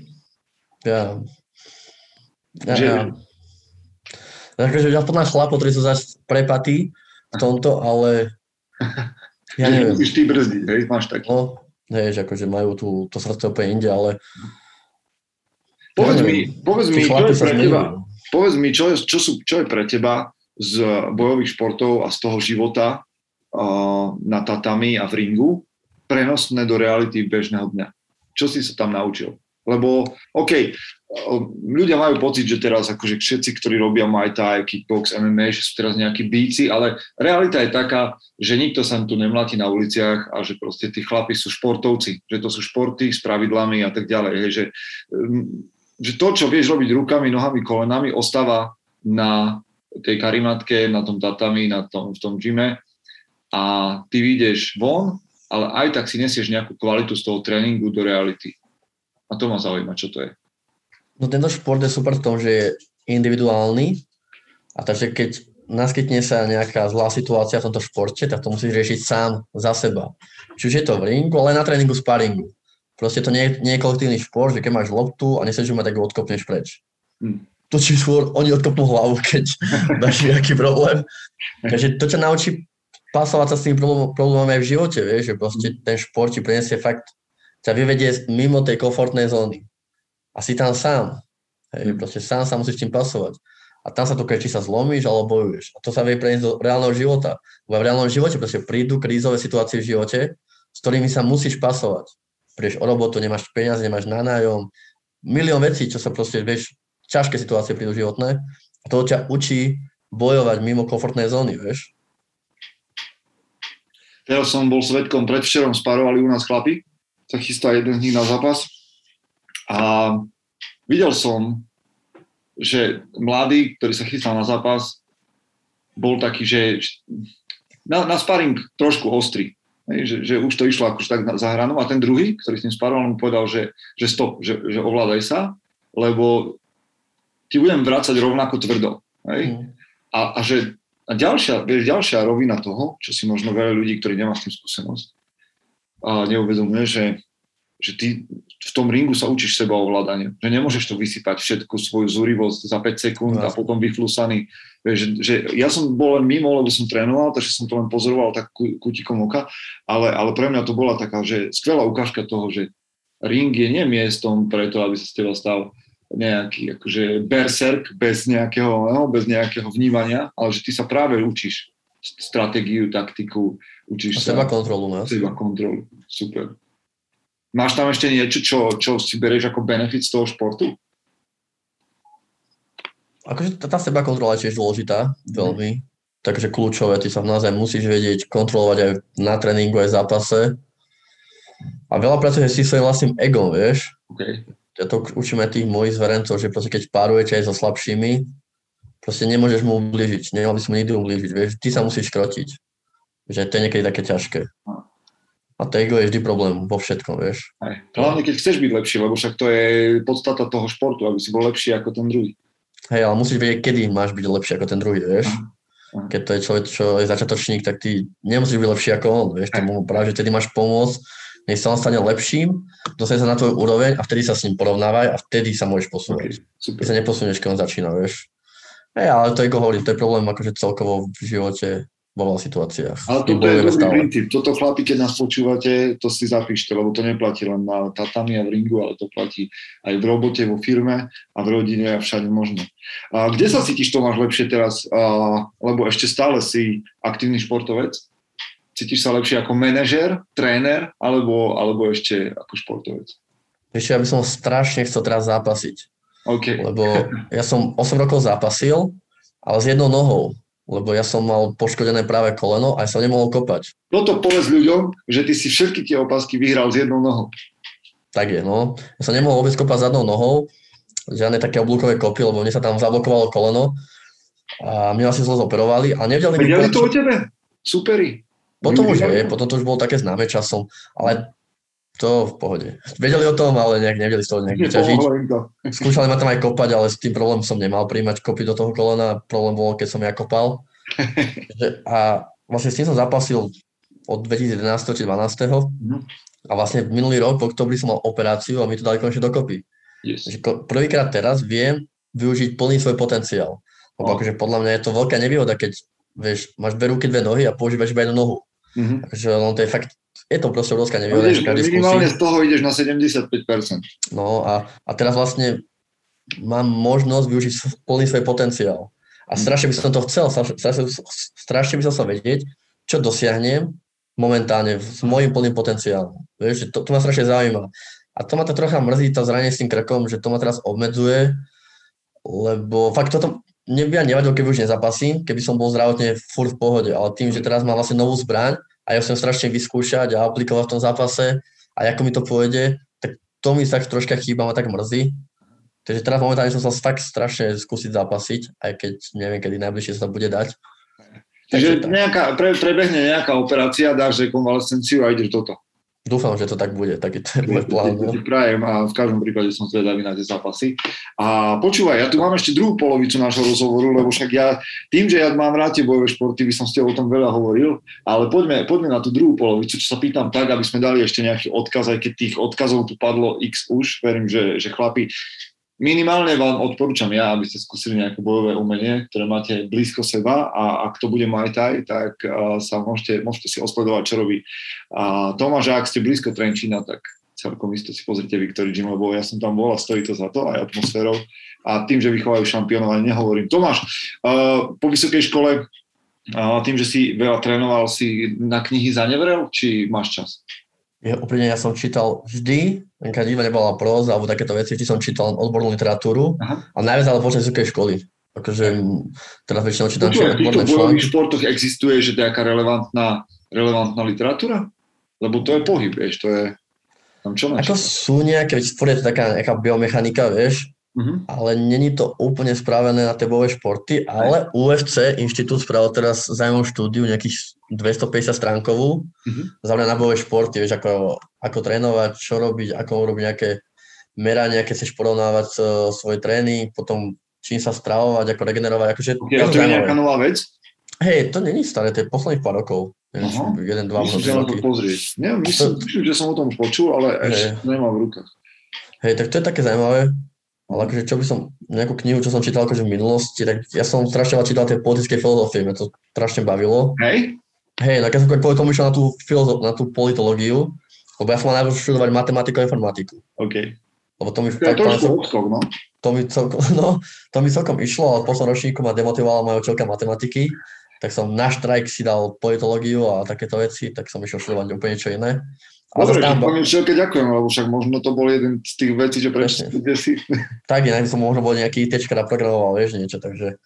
Speaker 4: Takže ja poznám chlapov, ktorí sú zase prepatí v tomto, ale ja neviem.
Speaker 5: Musíš ty brzdiť, hej, máš taký.
Speaker 4: No, hej, že akože majú to srdce úplne inde, ale...
Speaker 5: Povedz mi, čo je pre teba? Povedz mi, čo je pre teba z bojových športov a z toho života na tatami a v ringu prenosné do reality bežného dňa? Čo si sa tam naučil? Lebo, OK, ľudia majú pocit, že teraz akože všetci, ktorí robia Muay Thai, kickbox, MMA, že sú teraz nejakí bíci, ale realita je taká, že nikto sa tu nemlatí na uliciach a že proste tí chlapi sú športovci, že to sú športy s pravidlami a tak ďalej. Hej, že to, čo vieš robiť rukami, nohami, kolenami, ostáva na tej karimatke, na tom tatami, v tom gyme a ty vyjdeš von, ale aj tak si nesieš nejakú kvalitu z toho tréningu do reality. A to ma zaujíma, čo to je.
Speaker 4: No tento šport je super v tom, že je individuálny a takže keď naskytne sa nejaká zlá situácia v tomto športe, tak to musíš riešiť sám za seba. Či už je to v ringu, ale aj na tréningu sparingu. Proste to nie je kolektívny šport, že keď máš loptu a nechceš ju mať, tak ju odkopneš preč. To či skôr oni odkopnú hlavu, keď máš nejaký problém. Takže to ťa naučí pasovať sa s tými problémami aj v živote, vieš, že proste ten šport ti prinesie fakt, ťa vyvedie mimo tej komfortnej zóny. A si tam sám. Hej, proste sám sa musíš tým pasovať. a tam sa to či sa zlomíš, alebo bojuješ. A to sa vie preniesť do reálneho života. Lebo v reálnom živote proste prídu krízové situácie v živote, s ktorými sa musíš pasovať. Prídeš o robotu, nemáš peniaze, nemáš na nájom, milión vecí, čo sa proste, vieš, ťažké situácie prídu životné. A to ťa učí bojovať mimo komfortnej zóny, vieš.
Speaker 5: Teraz som bol svedkom, predvčerom sparovali u nás chlapi, sa chystá jeden z nich na zápas a videl som, že mladý, ktorý sa chystal na zápas, bol taký, že na sparing trošku ostrý. Že už to išlo akože tak za hranou. A ten druhý, ktorý s ním sparoval, mu povedal, že stop, že ovládaj sa, lebo ti budem vrácať rovnako tvrdo. A ďalšia rovina toho, čo si možno veľa ľudí, ktorí nemá s tým skúsenosť, a neuvedomuje, že ty v tom ringu sa učíš seba ovládanie. Že nemôžeš to vysypať všetku svoju zúrivosť za 5 sekúnd a potom vyflúsaný. Že ja som bol len mimo, lebo som trénoval, takže som to len pozoroval tak kútikom oka, ale pre mňa to bola taká, že skvelá ukážka toho, že ring je nie miestom preto, aby sa z teba stal nejaký akože berserk bez nejakého vnímania, ale že ty sa práve učíš stratégiu, taktiku, učíš sa...
Speaker 4: Seba kontrolu, ne?
Speaker 5: Seba kontrolu, super. Máš tam ešte niečo, čo si berieš ako benefit z toho športu?
Speaker 4: Akože tá seba kontrola je tiež dôležitá, veľmi. Takže kľúčové, ty sa naozaj musíš vedieť kontrolovať aj na tréningu, aj v zápase. A veľa pracuješ si svojím vlastným egom, vieš?
Speaker 5: Okay.
Speaker 4: Ja to učím aj tých mojich zverencov, že proste keď párujete aj so slabšími, proste nemôžeš mu ublížiť, nemal by si mu nikdy ublížiť, vieš? Ty sa musíš krotiť. Že to je niekedy také ťažké. A to ego je vždy problém vo všetkom, vieš.
Speaker 5: Hlavne, keď chceš byť lepší, lebo však to je podstata toho športu, aby si bol lepší ako ten druhý.
Speaker 4: Hej, ale musíš vedieť, kedy máš byť lepší ako ten druhý, vieš. Keď to je človek, čo je začiatočník, tak ty nemusíš byť lepší ako on, vieš. Tomu práve, že tedy máš pomôcť, nech sa on stane lepším, dostane sa na tvoju úroveň a vtedy sa s ním porovnávaj a vtedy sa môžeš posúvať. Okay, ty sa neposunieš, keď on začína, vieš. Hej, ale to ego hovorím, to je problém akože celkovo v živote, vo veľa situáciách.
Speaker 5: Ale toto je dobrý princíp. Toto chlapi, keď nás počúvate, to si zapíšte, lebo to neplatí len na tatami a v ringu, ale to platí aj v robote, vo firme a v rodine a všade možno. A kde sa cítiš, Tomáš, lepšie teraz? Lebo ešte stále si aktívny športovec. Cítiš sa lepšie ako manažér, tréner alebo ešte ako športovec?
Speaker 4: Ešte, ja by som strašne chcel teraz zápasiť.
Speaker 5: Okay.
Speaker 4: Lebo ja som 8 rokov zápasil, ale s jednou nohou. Lebo ja som mal poškodené práve koleno a ja som nemohol kopať.
Speaker 5: Toto povedz ľuďom, že ty si všetky tie opasky vyhral s jednou nohou.
Speaker 4: Tak je, no. Ja som nemohol vôbec kopať zadnou nohou, žiadne také oblúkové kopy, lebo mne sa tam zablokovalo koleno a mňa asi zle zoperovali a nevedeli mi...
Speaker 5: Vedeli to o tebe? Superi.
Speaker 4: Potom už je, potom to už bolo také známe časom, ale to v pohode. Vedeli o tom, ale nevedeli z toho nejak vyťažiť. Skúšali ma tam aj kopať, ale s tým problém som nemal príjmať kopy do toho kolena. Problém bol, keď som ja kopal. A vlastne s tým som zapasil od 2011 či 2012. A vlastne minulý rok, v oktobri som mal operáciu a mi to dali konečne dokopy. Yes. Prvýkrát teraz viem využiť plný svoj potenciál. Lebo akože podľa mňa je to veľká nevýhoda, keď vieš, máš dve ruky, dve nohy a používaš iba jednu nohu. Takže to je fakt, je to proste obrovská nevýhoda.
Speaker 5: Minimálne z toho ideš na 75%.
Speaker 4: No a teraz vlastne mám možnosť využiť plný svoj potenciál. A strašne by som to chcel, strašne by som sa vedieť, čo dosiahnem momentálne s môjim plným potenciálom. Vieš, to ma strašne zaujíma. A to ma to trocha mrzí, to zranenie s tým krkom, že to ma teraz obmedzuje, lebo fakt toto mne by nevadilo, keby už nezapasím, keby som bol zdravotne furt v pohode, ale tým, že teraz mám vlastne novú zbraň a ja chcem strašne vyskúšať a aplikovať v tom zápase a ako mi to pôjde, tak to mi tak troška chýba, ma tak mrzí. Takže teraz momentálne som sa fakt strašne skúsiť zapasiť, aj keď neviem, kedy najbližšie sa to bude dať.
Speaker 5: Takže prebehne nejaká operácia, dáš rekonvalescenciu a ideš do toho.
Speaker 4: Dúfam, že to tak bude, taký to je môj plán.
Speaker 5: To ti prajem a v každom prípade som zvedavý na tie zápasy. A počúvaj, ja tu mám ešte druhú polovicu nášho rozhovoru, lebo však ja, tým, že ja mám rád tie bojové športy, by som s tebou o tom veľa hovoril, ale poďme na tú druhú polovicu, čo sa pýtam tak, aby sme dali ešte nejaký odkaz, aj keď tých odkazov tu padlo x už, verím, že chlapi, minimálne vám odporúčam ja, aby ste skúsili nejaké bojové umenie, ktoré máte blízko seba a ak to bude Muay Thai, tak sa môžete si osledovať, čo robí Tomáš. Ak ste blízko Trenčína, tak celkom isto si pozrite Victory Gym, lebo ja som tam bol a stojí to za to aj atmosférou a tým, že vychovajú šampiónov, ani nehovorím. Tomáš, po vysokej škole, tým, že si veľa trénoval, si na knihy zanevrel, či máš čas?
Speaker 4: Úplne ja som čítal vždy, keď nebola próza alebo takéto veci, vždy som čítal odbornú literatúru a najviac ale počas vysokej školy. Akože teraz väčšinou čítam
Speaker 5: odborné články. V týchto bojových športoch existuje, že nejaká relevantná literatúra? Lebo to je pohyb, vieš, to je tam čo načíta?
Speaker 4: Ako sú nejaké, veď je to taká nejaká biomechanika, vieš, ale není to úplne spravené na tie bojové športy, ale UFC Inštitút spravil teraz zaujímavú štúdiu, nejakých 250 stránkovú, zamerané na bojové športy, vieš, ako trénovať, čo robiť, ako robiť nejaké merania, keď chceš porovnávať svoj tréning, potom čím sa stravovať, ako regenerovať. Akože,
Speaker 5: a to je nejaká nová vec?
Speaker 4: Hej, to není staré, to je posledných pár rokov. Jeden, dva
Speaker 5: roky. Musím sa na to pozrieť. Myslím, že som o tom počul, ale ešte nemám v rukách.
Speaker 4: Hej, tak to je také zaujímavé. Ale akože čo by som, nejakú knihu, čo som čítal akože v minulosti, tak ja som strašne čítal tie politické filozofie, mňa to strašne bavilo.
Speaker 5: Hej,
Speaker 4: tak ja som kvôli tomu išiel na tú politológiu, lebo ja som mal najprv študovať matematiku a informatiku.
Speaker 5: OK.
Speaker 4: Lebo to mi
Speaker 5: to je trošku odskok, no?
Speaker 4: To mi celkom išlo, ale v poslednom ročníku ma demotivovala moja učiteľka matematiky, tak som na štrajk si dal politológiu a takéto veci, tak som išiel študovať úplne niečo iné.
Speaker 5: Dobre, pani učiteľke ďakujem, lebo však možno to bol jeden z tých vecí, že prečo si.
Speaker 4: Tak, inak som možno bol nejaký ITčka naprogramoval, vieš, niečo, takže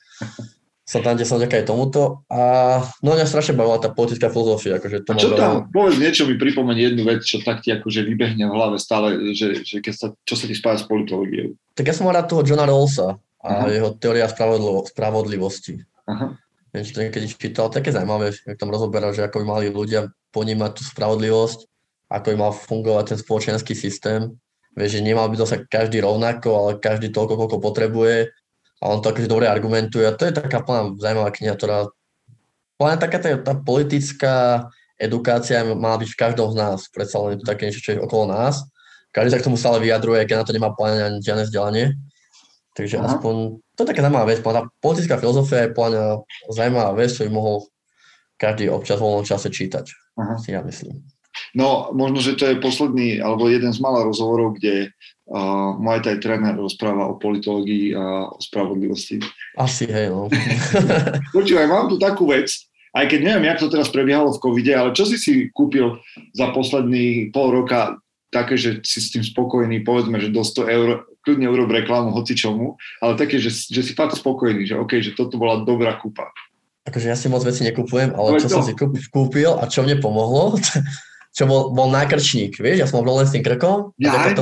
Speaker 4: som tam, kde som ďaká aj tomuto. A no mňa strašne bavila tá politická filozofia. Akože to
Speaker 5: čo tam, povedz niečo, mi pripomenie jednu vec, čo tak ti akože vybehne v hlave stále, že čo sa ti spája s politológiou. Tak
Speaker 4: ja som mal rád toho Johna Rawlsa a jeho teória spravodlivosti. Viem, či to niekedy čítal, také zaujímavé, jak tam rozoberá, že ako by mali ľudia ponímať tú spravodlivosť, ako by mal fungovať ten spoločenský systém. Vieš, že nemal by to sa každý rovnako, ale každý toľko, koľko potrebuje. A on to akože dobre argumentuje. A to je taká plná zaujímavá kniha, ktorá... Plná taká tá politická edukácia mala byť v každom z nás. Predsa len je to také niečo, čo je okolo nás. Každý sa k tomu stále vyjadruje, keď na to nemá plán ani žiadne vzdelanie. Takže aspoň... To je taká zaujímavá vec. Tá politická filozofia je plná zaujímavá vec, čo by mohol každý občas v voľnom čase čítať. Si ja myslím.
Speaker 5: No, možno, že to je posledný, alebo jeden z mála rozhovorov, kde Muay Thai tréner rozpráva o politológii a o spravodlivosti.
Speaker 4: Asi, hej, no.
Speaker 5: Počúvaj, mám tu takú vec, aj keď neviem, jak to teraz prebiehalo v covide, ale čo si kúpil za posledný pol roka také, že si s tým spokojný, povedzme, že do 100 eur, kľudne urob reklamu hocičomu, ale také, že si fakt spokojný, že OK, že toto bola dobrá kúpa.
Speaker 4: Akože ja si moc veci nekúpujem, ale čo som si kúpil a čo mne pomohlo, čo bol nákrčník, vieš, ja som mal problém s tým krkom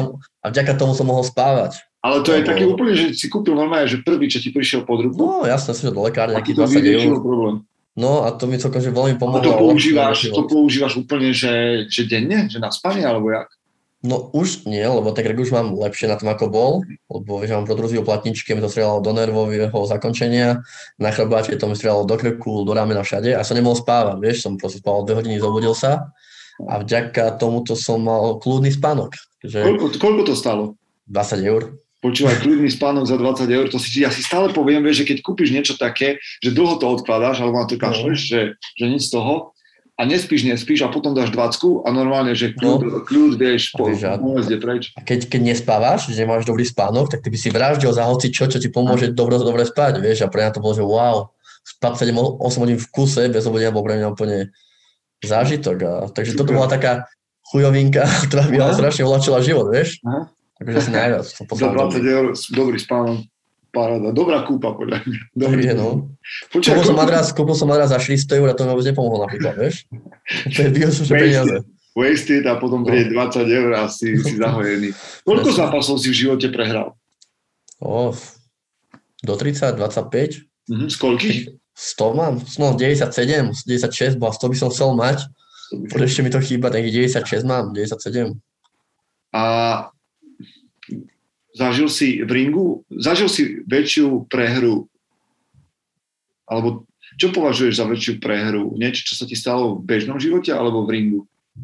Speaker 4: a vďaka tomu som mohol spávať.
Speaker 5: Ale to je také úplne, že si kúpil normálne, že prvý, čo ti prišiel pod ruku?
Speaker 4: No jasne, som do lekárne, nejakých 20 eur. No a to mi celkom, že veľmi pomohlo.
Speaker 5: A to používaš úplne, že denne? Že na spanie, alebo jak?
Speaker 4: No už nie, lebo ten krk už mám lepšie na tom, ako bol, lebo vieš, mám protrúziu platničky, mi to strieľalo do nervového zakončenia, na chrbáte to mi strieľalo do krku, do ramena všade a som nemohol spávať, vieš, som proste spával 2 hodiny, zobudil sa. A vďaka tomuto som mal kľudný spánok.
Speaker 5: Koľko to stalo?
Speaker 4: 20 eur.
Speaker 5: Počúvaj, kľudný spánok za 20 eur, to ja si stále poviem, vieš, že keď kúpiš niečo také, že dlho to odkladáš, alebo na to kašleš, že nič z toho, a nespíš a potom dáš 20 a normálne, že kľud vieš, pomôcť preč.
Speaker 4: A keď nespávaš, že nemáš dobrý spánok, tak ty by si vraždil za hoci čo ti pomôže dobre spať, vieš, a pre mňa to bolo, že wow, spať 7-8 hodín v kuse, bez obodenia bol pre mňa úplne zážitok. Takže toto bola taká chujovinka, ktorá by ale strašne uľahčila život, vieš? Takže asi najviac.
Speaker 5: Za 20 eur dobrý spánok, paráda. Dobrá kúpa, podľa mňa.
Speaker 4: Takže no. Kúpil som madrás za 400 eur a to mi vôbec nepomohlo napríklad, vieš? To je vyhočušie peniaze.
Speaker 5: Wasted a potom príde 20 eur a si zahojený. Koľko zápasov si v živote prehral?
Speaker 4: Do 30, 25.
Speaker 5: Z koľkých?
Speaker 4: 100 mám, no 97, 96, bo 100 by som chcel mať. Ešte mi to chýba, tak 96 mám, 97.
Speaker 5: A zažil si väčšiu prehru, alebo čo považuješ za väčšiu prehru? Niečo, čo sa ti stalo v bežnom živote, alebo v ringu?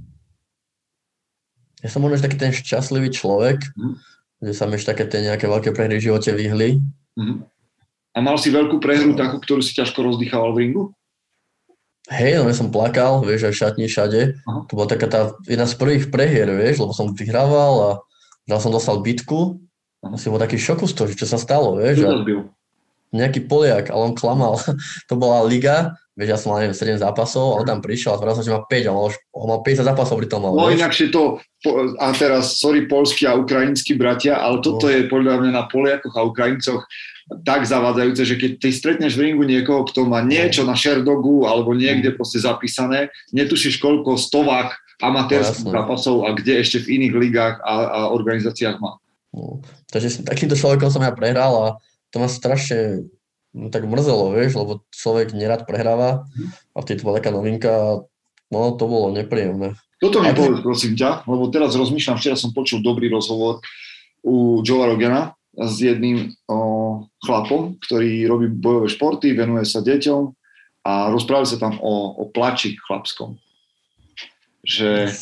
Speaker 4: Ja som možno taký ten šťastlivý človek, že sa mi ešte také tie nejaké veľké prehry v živote vyhli.
Speaker 5: A mal si veľkú prehru takú, ktorú si ťažko rozdýchával v ringu?
Speaker 4: Hej, no ja som plakal, vieš, aj v šatni všade. To bola taká tá jedna z prvých prehier, vieš, lebo som vyhrával a som dostal bitku Asi bol taký šoku z toho, že čo sa stalo, vieš. Nejaký Poliak, ale on klamal. To bola liga, vieš, ja som mal 7 zápasov, ale tam prišiel a tvrdil sa, že má 5, a on mal 50 zápasov pri tom.
Speaker 5: No inakšie to, a teraz, sorry, poľskí a ukrajinskí bratia, ale toto je podľa mňa na Poliakoch a Ukrajincoch tak zavádzajúce, že keď ty stretneš v ringu niekoho, kto má niečo na Sherdogu alebo niekde proste zapísané, netušíš koľko stovák amatérských zápasov a kde ešte v iných ligách a organizáciách má.
Speaker 4: No, takže takýmto človekom som ja prehral a to ma strašne tak mrzelo, vieš, lebo človek nerad prehráva a vtedy to bola taká novinka, no to bolo nepríjemné.
Speaker 5: Toto mi povedz, prosím ťa, lebo teraz rozmýšľam, včera som počul dobrý rozhovor u Joea Rogana s jedným chlapom, ktorý robí bojové športy, venuje sa deťom a rozprávali sa tam o plači chlapskom. Že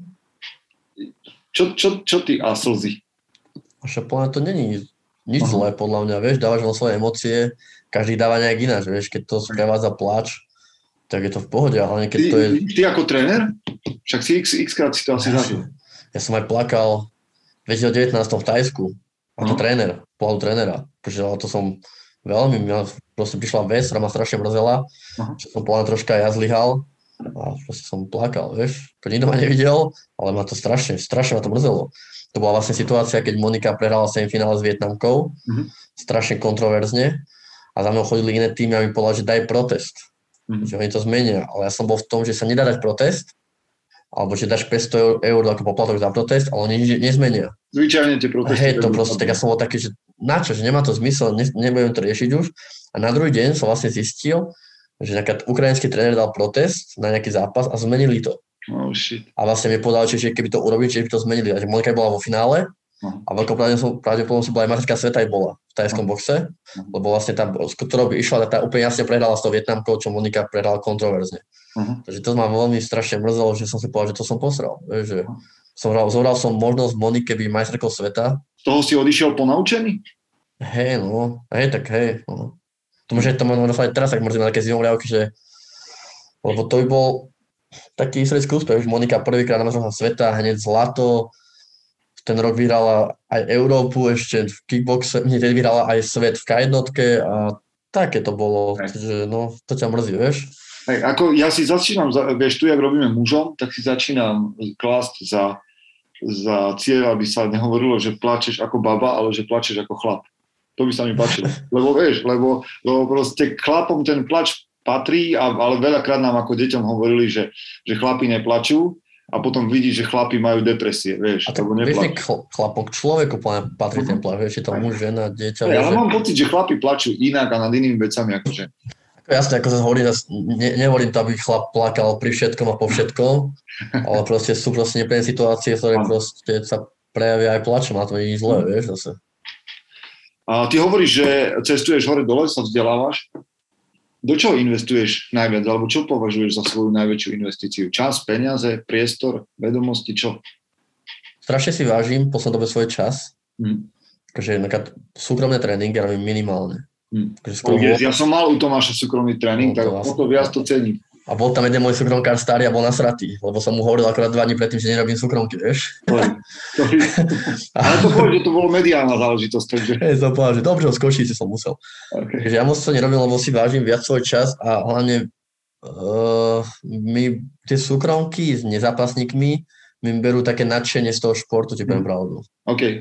Speaker 5: čo ty a slzy?
Speaker 4: Však to není nič zlé, podľa mňa, vieš, dávaš len svoje emócie, každý dáva nejak ináč, vieš, keď to sprevádza pláč, tak je to v pohode, ale keď to je...
Speaker 5: Ty ako tréner? Však si x-krát si to asi zažil.
Speaker 4: Ja som aj plakal v 2019 v Thajsku, ako tréner, pohľadu trénera, pretože to som veľmi, proste prišla vec, ktorá ma strašne mrzela, že som pohľadu troška ja zlyhal a proste som plakal, vieš, to nikto ma nevidel, ale ma to strašne ma to mrzelo. To bola vlastne situácia, keď Monika prehrala semifinále s Vietnamkou, strašne kontroverzne a za mnou chodili iné týmy a mi povedali, že daj protest, že oni to zmenia, ale ja som bol v tom, že sa nedá dať protest, alebo že dáš 500 eur ako poplatok za protest, ale oni nič nezmenia.
Speaker 5: Zvyčajne tie protesty.
Speaker 4: Hej, to proste, tak ja som bol taký, že načo, že nemá to zmysel, nebudem to riešiť už. A na druhý deň som vlastne zistil, že nejaký ukrajinský tréner dal protest na nejaký zápas a zmenili to.
Speaker 5: Oh, shit.
Speaker 4: A vlastne mi povedal, že keby to urobili, že by to zmenili. A že Monika bola vo finále a veľkou pravdepodobnosťou bola aj majstrovstvá sveta aj bola v thajskom boxe, lebo vlastne tá, ktorou by išla, tá úplne jasne prehrala s tou Vietnamkou, čo Monika prehrala kontroverzne. Takže to ma veľmi strašne mrzelo, že som si povedal, že to som posral. Že zobral som možnosť Monike byť majsterkou sveta.
Speaker 5: Z toho si odišiel ponaučený?
Speaker 4: Hej, no. To môže to aj teraz, tak mrzí ma také zimomriavky, že lebo to by bol taký historický úspech. Monika prvýkrát na majstrovstvách sveta, hneď zlato. Ten rok vyhrala aj Európu, ešte v kickboxe, tedy vyhrala aj svet v K1 a také to bolo. Takže, to ťa mrzí, vieš?
Speaker 5: Hej, ako ja si začínam, vieš, tu jak robíme mužom, tak si začínam klásť za cieľ, aby sa nehovorilo, že plačeš ako baba, ale že plačeš ako chlap. To by sa mi páčilo. Lebo proste chlapom ten plač patrí, ale veľakrát nám ako deťom hovorili, že chlapi neplačú a potom vidíš, že chlapi majú depresie, vieš.
Speaker 4: A tak vieš, chlapom k človeku patrí ten plač, vieš, je to muž, žena, dieťa.
Speaker 5: Ja mám pocit, že chlapi plačú inak a nad inými vecami ako ženy.
Speaker 4: Jasne, ako sa hovorí, nehovorím to, aby chlap plakal pri všetkom a po všetkom, ale proste sú proste nepriemné situácie, ktoré proste sa prejavia aj plačom a to nie je zlé, vieš, zase.
Speaker 5: A ty hovoríš, že cestuješ hore-dole, sa vzdelávaš. Do čoho investuješ najviac, alebo čo považuješ za svoju najväčšiu investíciu? Čas, peniaze, priestor, vedomosti, čo?
Speaker 4: Strašne si vážim v poslednej dobe svoj čas. Takže súkromné tréningy robím minimálne.
Speaker 5: Ja som mal u Tomáša súkromný tréning, tak o to viac to cením.
Speaker 4: A bol tam jeden môj súkromkár starý a bol nasratý, lebo som mu hovoril akorát 2 dní predtým, že nerobím súkromky, vieš.
Speaker 5: Ale to povedal, že to bolo mediálna záležitosť. Takže...
Speaker 4: Som povedal, že dobre, skočiť si som musel. Okay. Takže ja moc to nerobím, lebo si vážim viac svoj čas a hlavne my tie súkromky s nezápasníkmi mi berú také nadšenie z toho športu, ti poviem pravdu.
Speaker 5: Okay,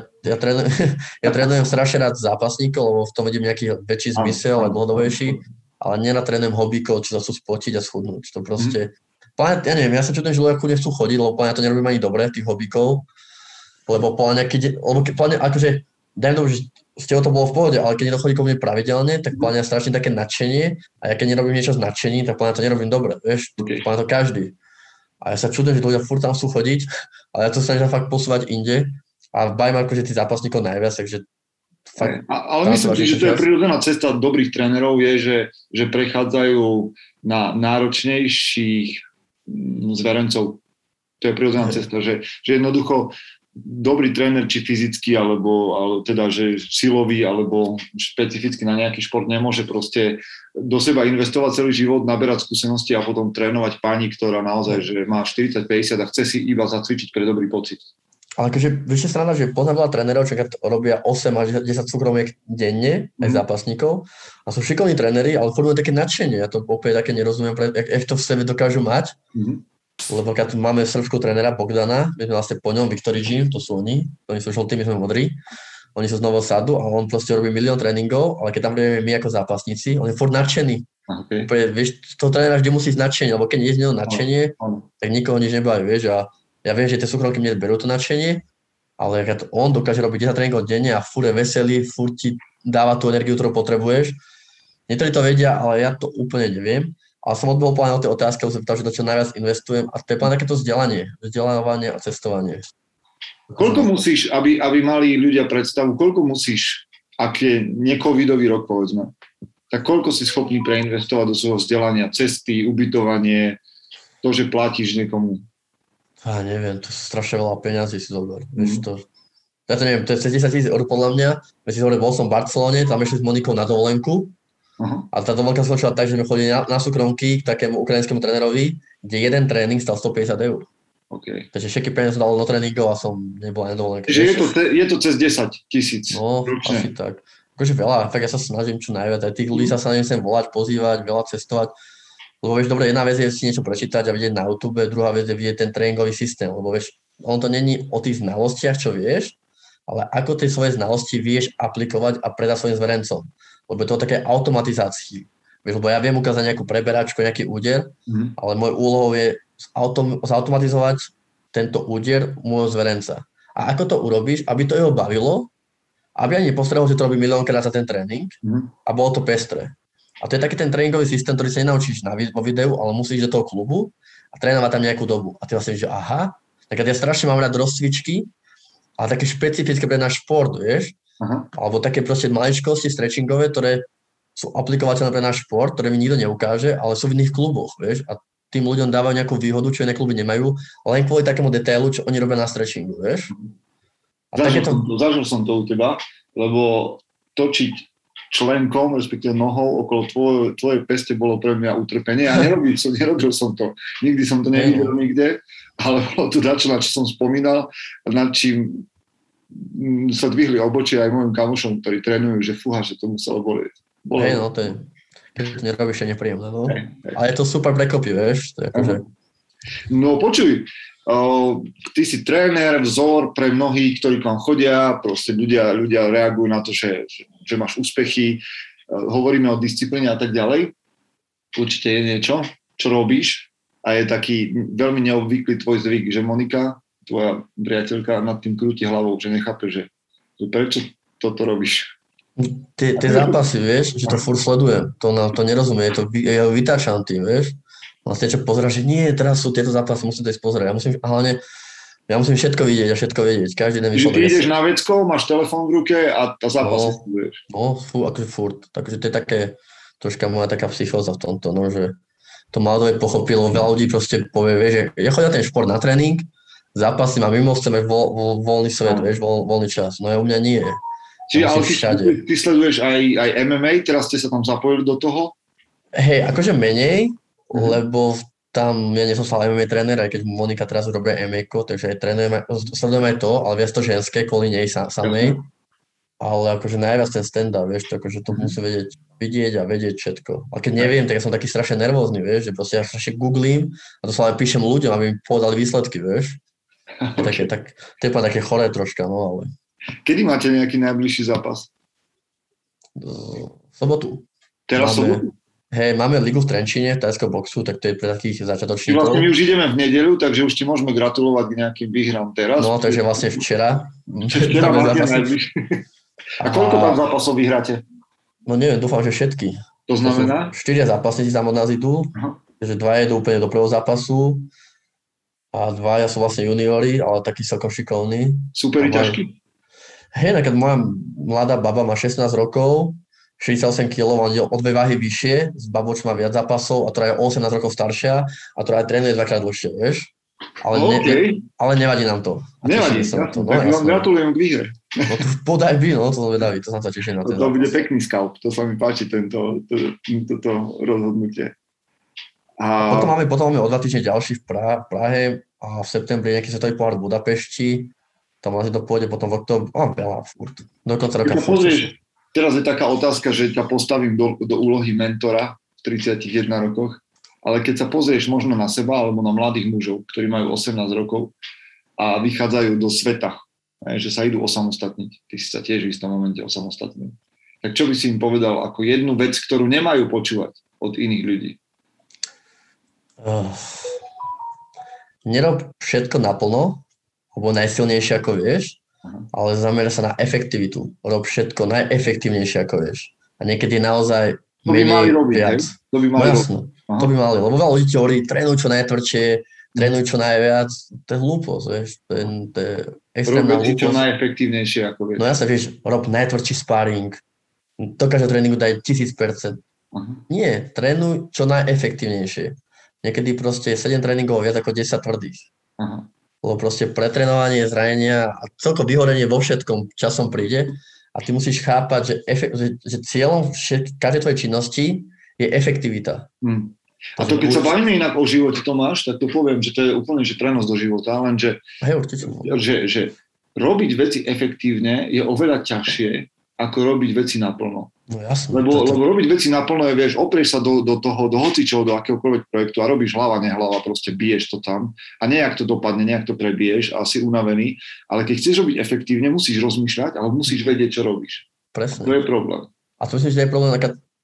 Speaker 4: ja trénujem strašne rád zápasníkov, lebo v tom vidím nejaký väčší zmysel a dlhodobejší, ale nenatrénujem hobíkov, čo sa chcú spotiť a schudnúť. To proste... Ja neviem, ja sa čudujem, že ľudia nechcú chodiť, lebo ja to nerobím ani dobre, tých hobíkov, lebo akože, dajme tomu, že s tebou to bolo v pohode, ale keď nedochodí ko mne pravidelne, tak ja strašne také nadšenie a ja keď nerobím niečo s nadšením, tak to nerobím dobre, vieš, to každý. A ja sa čudujem, že ľudia furt tam chcú chodiť, ale ja to snažím fakt posúvať inde a bavím akože tých zápasníkov najviac, takže fakt,
Speaker 5: ale myslím si, že to je prirodzená cesta dobrých trénerov je, že prechádzajú na náročnejších zverencov. To je prirodzená cesta, že jednoducho dobrý tréner, či fyzicky, alebo teda, že silový, alebo špecificky na nejaký šport nemôže proste do seba investovať celý život, naberať skúsenosti a potom trénovať pani, ktorá naozaj že má 40-50 a chce si iba zacvičiť pre dobrý pocit.
Speaker 4: Ale akože vyššia strana, že poznám veľa trénerov, čo robia 8 až 10 súkromiek denne, aj zápasníkov. A sú šikovní tréneri, ale formujú také nadšenie. Ja to opäť také nerozumiem, jak to v sebe dokážu mať. Lebo keď tu máme srbskú trénera Bogdana, my sme vlastne po ňom, Victory Gym, to sú oni sú žltí, my sme modrí. Oni sú z Nového Sadu a on proste robí milión tréningov, ale keď tam budeme my ako zápasníci, on je furt nadšený. Okay. Vieš, toho trénera vždy musí nadšenie, lebo keď nie je z neho nadšenie, tak nikoho nič nebaví, vieš. A ja viem, že tie súkromky mne berú to nadšenie, ale keď on dokáže robiť 10 tréningov denne a furt je veselý, furt ti dáva tú energiu, ktorú potrebuješ. Niektorí to vedia, ale ja to úplne neviem. Ale som odbol plán o tej otázke, už sa pýtal, že do čo najviac investujem a to je plán takéto vzdelávanie a cestovanie.
Speaker 5: Koľko musíš, aby mali ľudia predstavu, koľko musíš, ak je necovidový rok, povedzme, tak koľko si schopný preinvestovať do svojho vzdelania, cesty, ubytovanie, to, že platíš niekomu?
Speaker 4: Ja neviem, to sú strašne veľa peňazí si zober. Ja to neviem, to je 10 000 eur podľa mňa. My si hovorili, bol som v Barcelone, tam išli s Monikou na dovolenku. A tá dovolenka skončila tak, že sme chodili na súkromky k takému ukrajinskému trénerovi, kde jeden tréning stal 150 eur. Okay. Takže všetky peniaze som dal do tréningov a som nebol aj na dovolenke.
Speaker 5: Čiže je to cez 10 000.
Speaker 4: No, ručne. Asi tak. Akože veľa, tak ja sa snažím čo najviac. Aj tých ľudí sa nechcem volať, pozývať, veľa cestovať. Lebo vieš, dobre, jedna vec je si niečo prečítať a vidieť na YouTube, druhá vec je vidieť ten tréningový systém, lebo vieš, on to není o tých znalostiach, čo vieš, ale ako tie svoje znalosti vieš aplikovať a predať svojim zverencom. Lebo je to také automatizácii. Vieš, lebo ja viem ukázať nejakú preberačku, nejaký úder, ale môj úlohou je zautomatizovať tento úder môjho zverenca. A ako to urobíš, aby to jeho bavilo, aby ani nepostrehol, že to robí miliónkrát za ten tréning a bolo to pestré. A to je taký ten tréningový systém, ktorý sa nenaučíš vo videu, ale musíš do toho klubu a trénovať tam nejakú dobu. A ty vlastne vieš, že aha, tak ja strašne mám rád rozcvičky, ale také špecifické pre náš šport, vieš, alebo také proste maličkosti stretchingové, ktoré sú aplikovateľné pre náš šport, ktoré mi nikto neukáže, ale sú v iných kluboch, vieš, a tým ľuďom dávajú nejakú výhodu, čo iné kluby nemajú, len kvôli takému detailu, čo oni robia na stretchingu, vieš.
Speaker 5: Zažil som to u teba, lebo točiť členkom, respektíve nohou okolo tvojej peste bolo pre mňa utrpenie a nerobil som to. Nikdy som to nevidel nikde, ale bolo tu dačo, na čo som spomínal, nad čím sa dvihli obočie aj mojim kamošom, ktorí trénujú, že fúha, že to muselo bolieť.
Speaker 4: Hej, no to je, keď to nerobíš, je nepríjemné, no. Ale je to super prekopy, vieš. To je akože...
Speaker 5: No počuj, ty si tréner, vzor pre mnohých, ktorí k vám chodia, proste ľudia reagujú na to, že máš úspechy, hovoríme o disciplíne a tak ďalej. Určite je niečo, čo robíš a je taký veľmi neobvyklý tvoj zvyk, že Monika, tvoja priateľka, nad tým krúti hlavou, že nechápe, že prečo toto robíš.
Speaker 4: Tie zápasy, vieš, že to furt sledujem, to nerozumie, ja ho vytáčam tým, vieš. Vlastne čo pozerám, že nie, teraz sú tieto zápasy, musím to ísť pozerať. Ja musím všetko vidieť a všetko vedieť. Každý deň
Speaker 5: vyšlo. Ty ideš na vecko, máš telefón v ruke a zápasy sleduješ.
Speaker 4: No, akože furt. Takže to je také, troška moja taká psychóza v tomto, no, že to málo je pochopilo. Veľa ľudí proste povie, vieš, že ja chodím na ten šport na tréning, zápasy mám mimo, chceme voľný svet, vieš, voľný čas. No ja u mňa nie.
Speaker 5: Čiže ale ty sleduješ aj MMA, teraz ste sa tam zapojili do toho?
Speaker 4: Hej, akože menej, lebo tam ja nie som stále MMA tréner, aj keď Monika teraz robí MMA-ko, takže sledujem aj to, ale viac to ženské, kvôli nej samej. Ale akože najviac ten stand-up, vieš, to, akože to musím vidieť a vedieť všetko. A keď neviem, tak ja som taký strašne nervózny, vieš, že proste ja strašne googlím a to sa len píšem ľuďom, aby mi povedali výsledky, vieš. To je také choré troška, no ale...
Speaker 5: Kedy máte nejaký najbližší zápas?
Speaker 4: V sobotu.
Speaker 5: Teraz sobotu?
Speaker 4: Hej, máme ligu v Trenčíne, tajského boxu, tak to je pre takých začiatočníkov.
Speaker 5: Vlastne my už ideme v nedeľu, takže už ti môžeme gratulovať k nejakým výhrám teraz.
Speaker 4: No, takže vlastne včera.
Speaker 5: Včera máte najbližšie. A koľko tam zápasov vyhráte?
Speaker 4: No neviem, dúfam, že všetky.
Speaker 5: To znamená?
Speaker 4: 4 zápasníci tam od nás idú, takže 2 idú úplne do prvého zápasu a 2 sú vlastne juniori, ale takí celkom šikovní.
Speaker 5: Super ťažký?
Speaker 4: Hej, keď moja mladá baba má 16 rokov, 68 kg, on ide o 2 váhy vyššie, s babou, čo má viac zápasov, a ktorá je 18 rokov staršia, a ktorá aj trénuje 2-krát dlhšie, vieš? Ale, ale nevadí nám to.
Speaker 5: Nevadí, to. Tak vám gratulujem k výhre.
Speaker 4: No to podaj by, no, to som vedavý, to som sa tešil na ten
Speaker 5: zápas. To bude pekný skalp, to sa mi páči, toto rozhodnutie.
Speaker 4: A... Potom máme o 2 týždne ďalší v Prahe a v septembri nejaký svetový pohár v Budapešti Tam asi to pôjde potom v októbri, veľa furt. Do konca roka.
Speaker 5: Teraz je taká otázka, že ťa postavím do úlohy mentora v 31 rokoch, ale keď sa pozrieš možno na seba alebo na mladých mužov, ktorí majú 18 rokov a vychádzajú do sveta, že sa idú osamostatniť. Ty si sa tiež v istom momente osamostatnil. Tak čo by si im povedal ako jednu vec, ktorú nemajú počúvať od iných ľudí?
Speaker 4: Nerob všetko naplno, alebo najsilnejšie ako vieš, ale zamer sa na efektivitu. Rob všetko najefektívnejšie ako vieš. A niekedy naozaj menej viac.
Speaker 5: To by mali robiť.
Speaker 4: To by mali, lebo veľa ľudí ti hovorí, trénuj čo najtvrdšie, trénuj čo najviac. To je hlúposť, vieš. To je extrémna hlúposť.
Speaker 5: Rob čo najefektívnejšie ako vieš.
Speaker 4: No jasne, vieš, rob najtvrdší sparring. Do každého tréningu daj 1000%. Nie, trénuj čo najefektívnejšie. Niekedy proste 7 tréningov viac ako 10 tvrdých. Lebo proste pretrénovanie, zranenia a celko vyhorenie vo všetkom časom príde a ty musíš chápať, že cieľom každej tvojej činnosti je efektivita.
Speaker 5: A to keď sa bavíme inak o živote, Tomáš, tak to poviem, že to je úplne že prenos do života, lenže že robiť veci efektívne je oveľa ťažšie, ako robiť veci naplno.
Speaker 4: No jasne.
Speaker 5: Lebo robiť veci naplno je, vieš, oprieš sa do hocičoho, do akéhokoľvek projektu a robíš hlava, nehlava, proste biješ to tam a nejak to dopadne, nejak to prebiješ a si unavený, ale keď chceš robiť efektívne, musíš rozmýšľať, ale musíš vedieť, čo robíš.
Speaker 4: Presne.
Speaker 5: To je problém.
Speaker 4: A to myslím, že je problém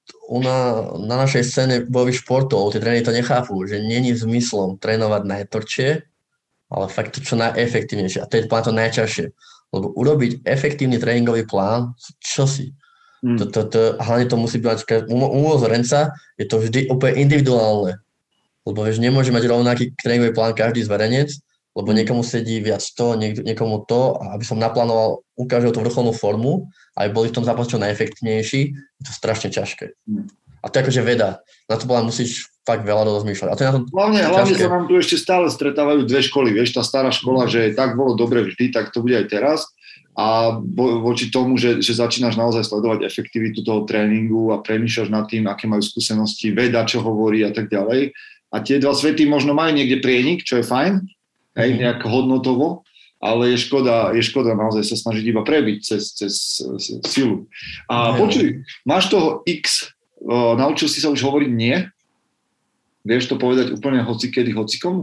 Speaker 4: na našej scéne bojových športov, tí tréneri to nechápu, že není zmyslom trénovať najtvrdšie, ale fakt to čo najefektívnejšie. A to je to najťažšie. Lebo urobiť efektívny tréningový plán, čo si? Hlavne to musí byť, u môjho zrenca je to vždy úplne individuálne. Lebo vieš, nemôže mať rovnaký tréningový plán každý zverenec, lebo niekomu sedí viac to, niekomu to, a aby som naplánoval u každého tú vrcholnú formu, aby boli v tom zápase čo najefektívnejší, je to strašne ťažké. A to je akože veda. Na to musíš fakt veľa rozmýšľať. A to je na tom
Speaker 5: hlavne sa nám tu ešte stále stretávajú dve školy. Vieš, tá stará škola, že tak bolo dobre vždy, tak to bude aj teraz. A voči tomu, že začínaš naozaj sledovať efektivitu toho tréningu a premýšľaš nad tým, aké majú skúsenosti, veda, čo hovorí a tak ďalej. A tie dva svety možno majú niekde prienik, čo je fajn, hej, nejak hodnotovo, ale je škoda naozaj sa snažiť iba prebiť cez silu. A počuj, máš toho X, naučil si sa už hovoriť nie? Vieš to povedať úplne hocikedy, hocikomu?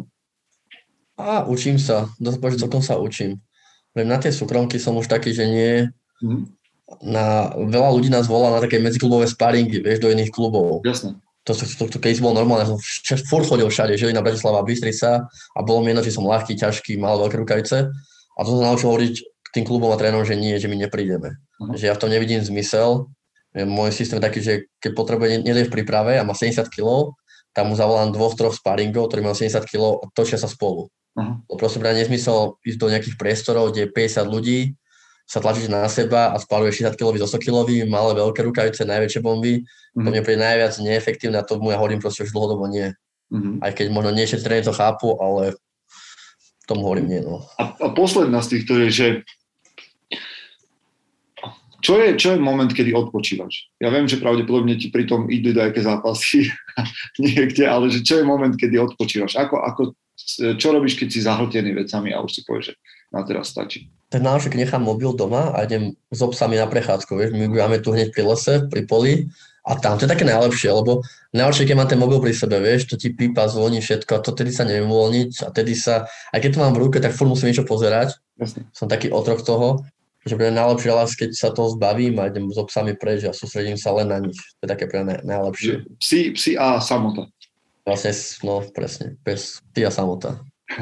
Speaker 4: Učím sa, celkom sa učím. Na tie súkromky som už taký, že nie. Veľa ľudí nás volá na také medziklubové sparingy, vieš, do iných klubov.
Speaker 5: Jasné.
Speaker 4: To keď bolo normálne, som furt chodil všade, Žilina, Bratislava, Bystrica a bolo mi jedno, či som ľahký, ťažký, mal veľké rukavice a to som naučil hovoriť k tým klubom a trénerom, že nie, že my neprídeme. Že ja v tom nevidím zmysel. Môj systém je taký, že keď potrebuje, nie v príprave a má 70 kg, tam mu zavolám 2-3 sparingov, ktorí majú 70 kg a točia sa spolu. Proste pre nezmysel ísť do nejakých priestorov, kde je 50 ľudí, sa tlačíte na seba a spáluje 60 kg so 100 kg, malé, veľké rukavice, najväčšie bomby. To mne príde najviac neefektívne a to mu ja hovorím proste už dlhodobo nie. Aj keď možno nie všetci tréneri to chápu, ale tomu hovorím nie. No.
Speaker 5: A posledná z týchto je, že čo je moment, kedy odpočívaš? Ja viem, že pravdepodobne ti pri tom idú nejaké zápasy niekde, ale že čo je moment, kedy odpočívaš? Čo robíš, keď si zahltený vecami a už si povieš, že na teraz stačí?
Speaker 4: Tak najlepšie, keď nechám mobil doma a idem s obsami na prechádzku, vieš, my bývame tu hneď pri lese, pri poli a tam to je také najlepšie, lebo najlepšie, keď mám ten mobil pri sebe, vieš, to ti pípa, zvoní všetko a to tedy sa neviem uvoľniť a tedy sa, aj keď to mám v ruke, tak furt musím niečo pozerať. Jasne. Som taký otrok toho, že pre najlepšie raz, keď sa toho zbavím a idem s obsami preč a sústredím sa len na nich. To je také pre najlepšie.
Speaker 5: Psi a samota.
Speaker 4: Vlastne, no presne, psi a samota.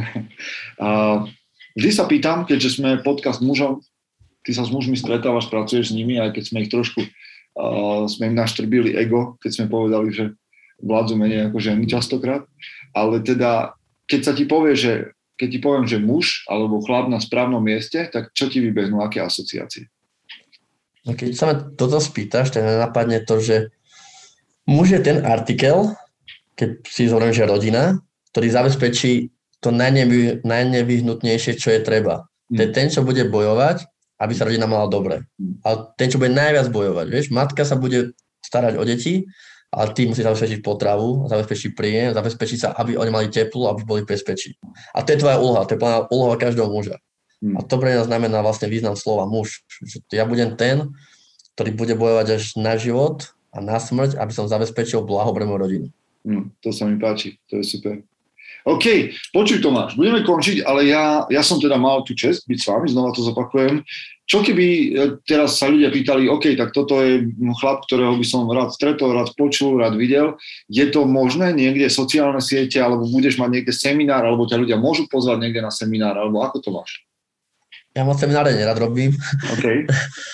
Speaker 5: Vždy sa pýtam, keďže sme podcast mužom, ty sa s mužmi stretávaš, pracuješ s nimi, aj keď sme ich trošku, sme im naštrbili ego, keď sme povedali, že vládzu menej ako ženy častokrát, ale teda, keď ti poviem, že muž alebo chlap na správnom mieste, tak čo ti vybehnú, aké asociácie?
Speaker 4: No keď sa ma toto spýtaš, tak napadne to, že muž je ten artikel, keď si zhovorím, že rodina, ktorý zabezpečí to najnevyhnutnejšie, čo je treba. To je ten, čo bude bojovať, aby sa rodina mala dobre. A ten, čo bude najviac bojovať, vieš, matka sa bude starať o deti, ale ty musí zabezpečiť potravu, zabezpečiť príjem, zabezpečiť sa, aby oni mali teplo, aby boli bezpečí. A to je tvoja úloha, to je úloha každého muža. A to pre nás znamená vlastne význam slova muž. Že ja budem ten, ktorý bude bojovať až na život a na smrť, aby som zabezpečil blaho pre moju rodinu.
Speaker 5: To sa mi páči, to je super. OK, počuj Tomáš, budeme končiť, ale ja som teda mal tú čest byť s vami, znova to zopakujem. Čo keby teraz sa ľudia pýtali, OK, tak toto je chlap, ktorého by som rád stretol, rád počul, rád videl. Je to možné niekde sociálne siete, alebo budeš mať niekde seminár, alebo ťa ľudia môžu pozvať niekde na seminár, alebo ako to máš?
Speaker 4: Ja moc semináre nerad robím.
Speaker 5: OK.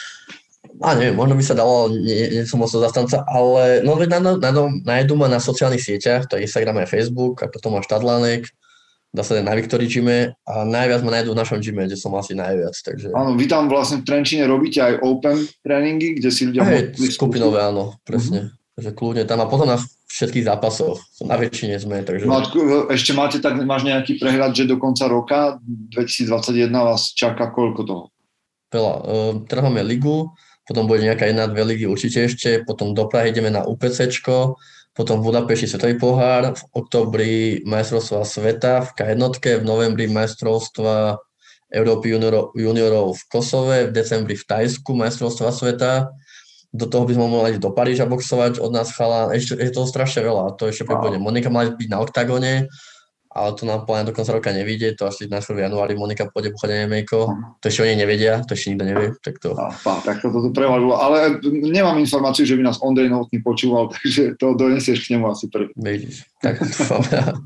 Speaker 4: A neviem, možno by sa dalo, nie som moc zastanca, ale no nájdu ma na sociálnych sieťach, to je Instagram a Facebook, ako Tomáš Tadlánek, dá sa na Victory gyme a najviac ma nájdú v našom gyme, kde som asi najviac, takže... Áno,
Speaker 5: vy tam vlastne v Trenčine robíte aj open tréningy, kde si ľudia...
Speaker 4: Skupinové, áno, presne. Takže kľudne tam a potom na všetkých zápasoch, na väčšine sme, takže...
Speaker 5: No, ešte máš nejaký prehľad, že do konca roka 2021 vás čaká koľko toho?
Speaker 4: Veľa. Teraz máme ligu, potom bude nejaká 1-2 ligy určite ešte, potom do Prahy ideme na UPCčko, potom v Budapešti svetový pohár, v októbri majstrovstvá sveta v K1, v novembri majstrovstva Európy juniorov v Kosove, v decembri v Thajsku majstrovstvá sveta, do toho by sme mohli ísť do Paríža boxovať od nás chalán, ešte je toho strašne veľa, to ešte pribudne. Monika mala byť na oktagóne, ale to nám plán do konca roka nevíde, to asi najskôr v januári Monika pôjde buchať MMA-ko, to ešte oni nevedia, to ešte nikto nevie, tak to...
Speaker 5: Tak to prevalilo, ale nemám informáciu, že by nás Ondrej Novotný počúval, takže to donesieš k nemu asi prvý.
Speaker 4: Vidíš, tak dúfam.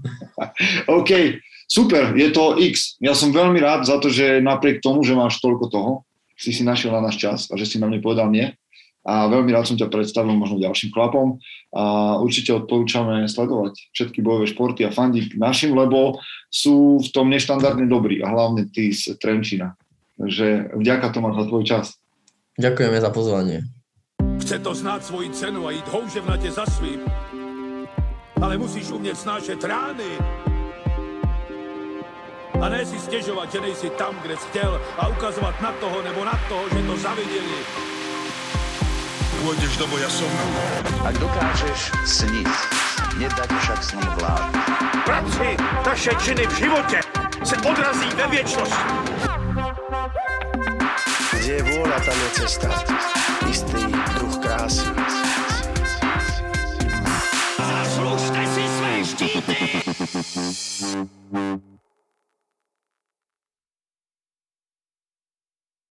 Speaker 5: OK, super, je to X. Ja som veľmi rád za to, že napriek tomu, že máš toľko toho, si našiel na náš čas a že si na mne povedal nie. A veľmi rád som ťa predstavil možno ďalším chlapom a určite odporúčame sledovať všetky bojové športy a fandiť našim, lebo sú v tom neštandardne dobrí a hlavne tí z Trenčína. Takže vďaka Tomáš za tvoj čas.
Speaker 4: Ďakujeme za pozvanie.
Speaker 2: Chce to znát svoji cenu a jít houževnatě za svým, ale musíš umět snášet rány. A ne si stěžovat, že nejsi tam, kde jsi chtěl a ukazovat na toho nebo na toho, že to zaviděli. Pôjdeš do boja som.
Speaker 7: Ak dokážeš sniť, nedať však sním vlád.
Speaker 2: Práci, taše činy v životě se odrazí ve věčnosti.
Speaker 3: Kde je vôľa, tam je cesta. Istý druh krásy.
Speaker 2: Zaslužte si své štíty!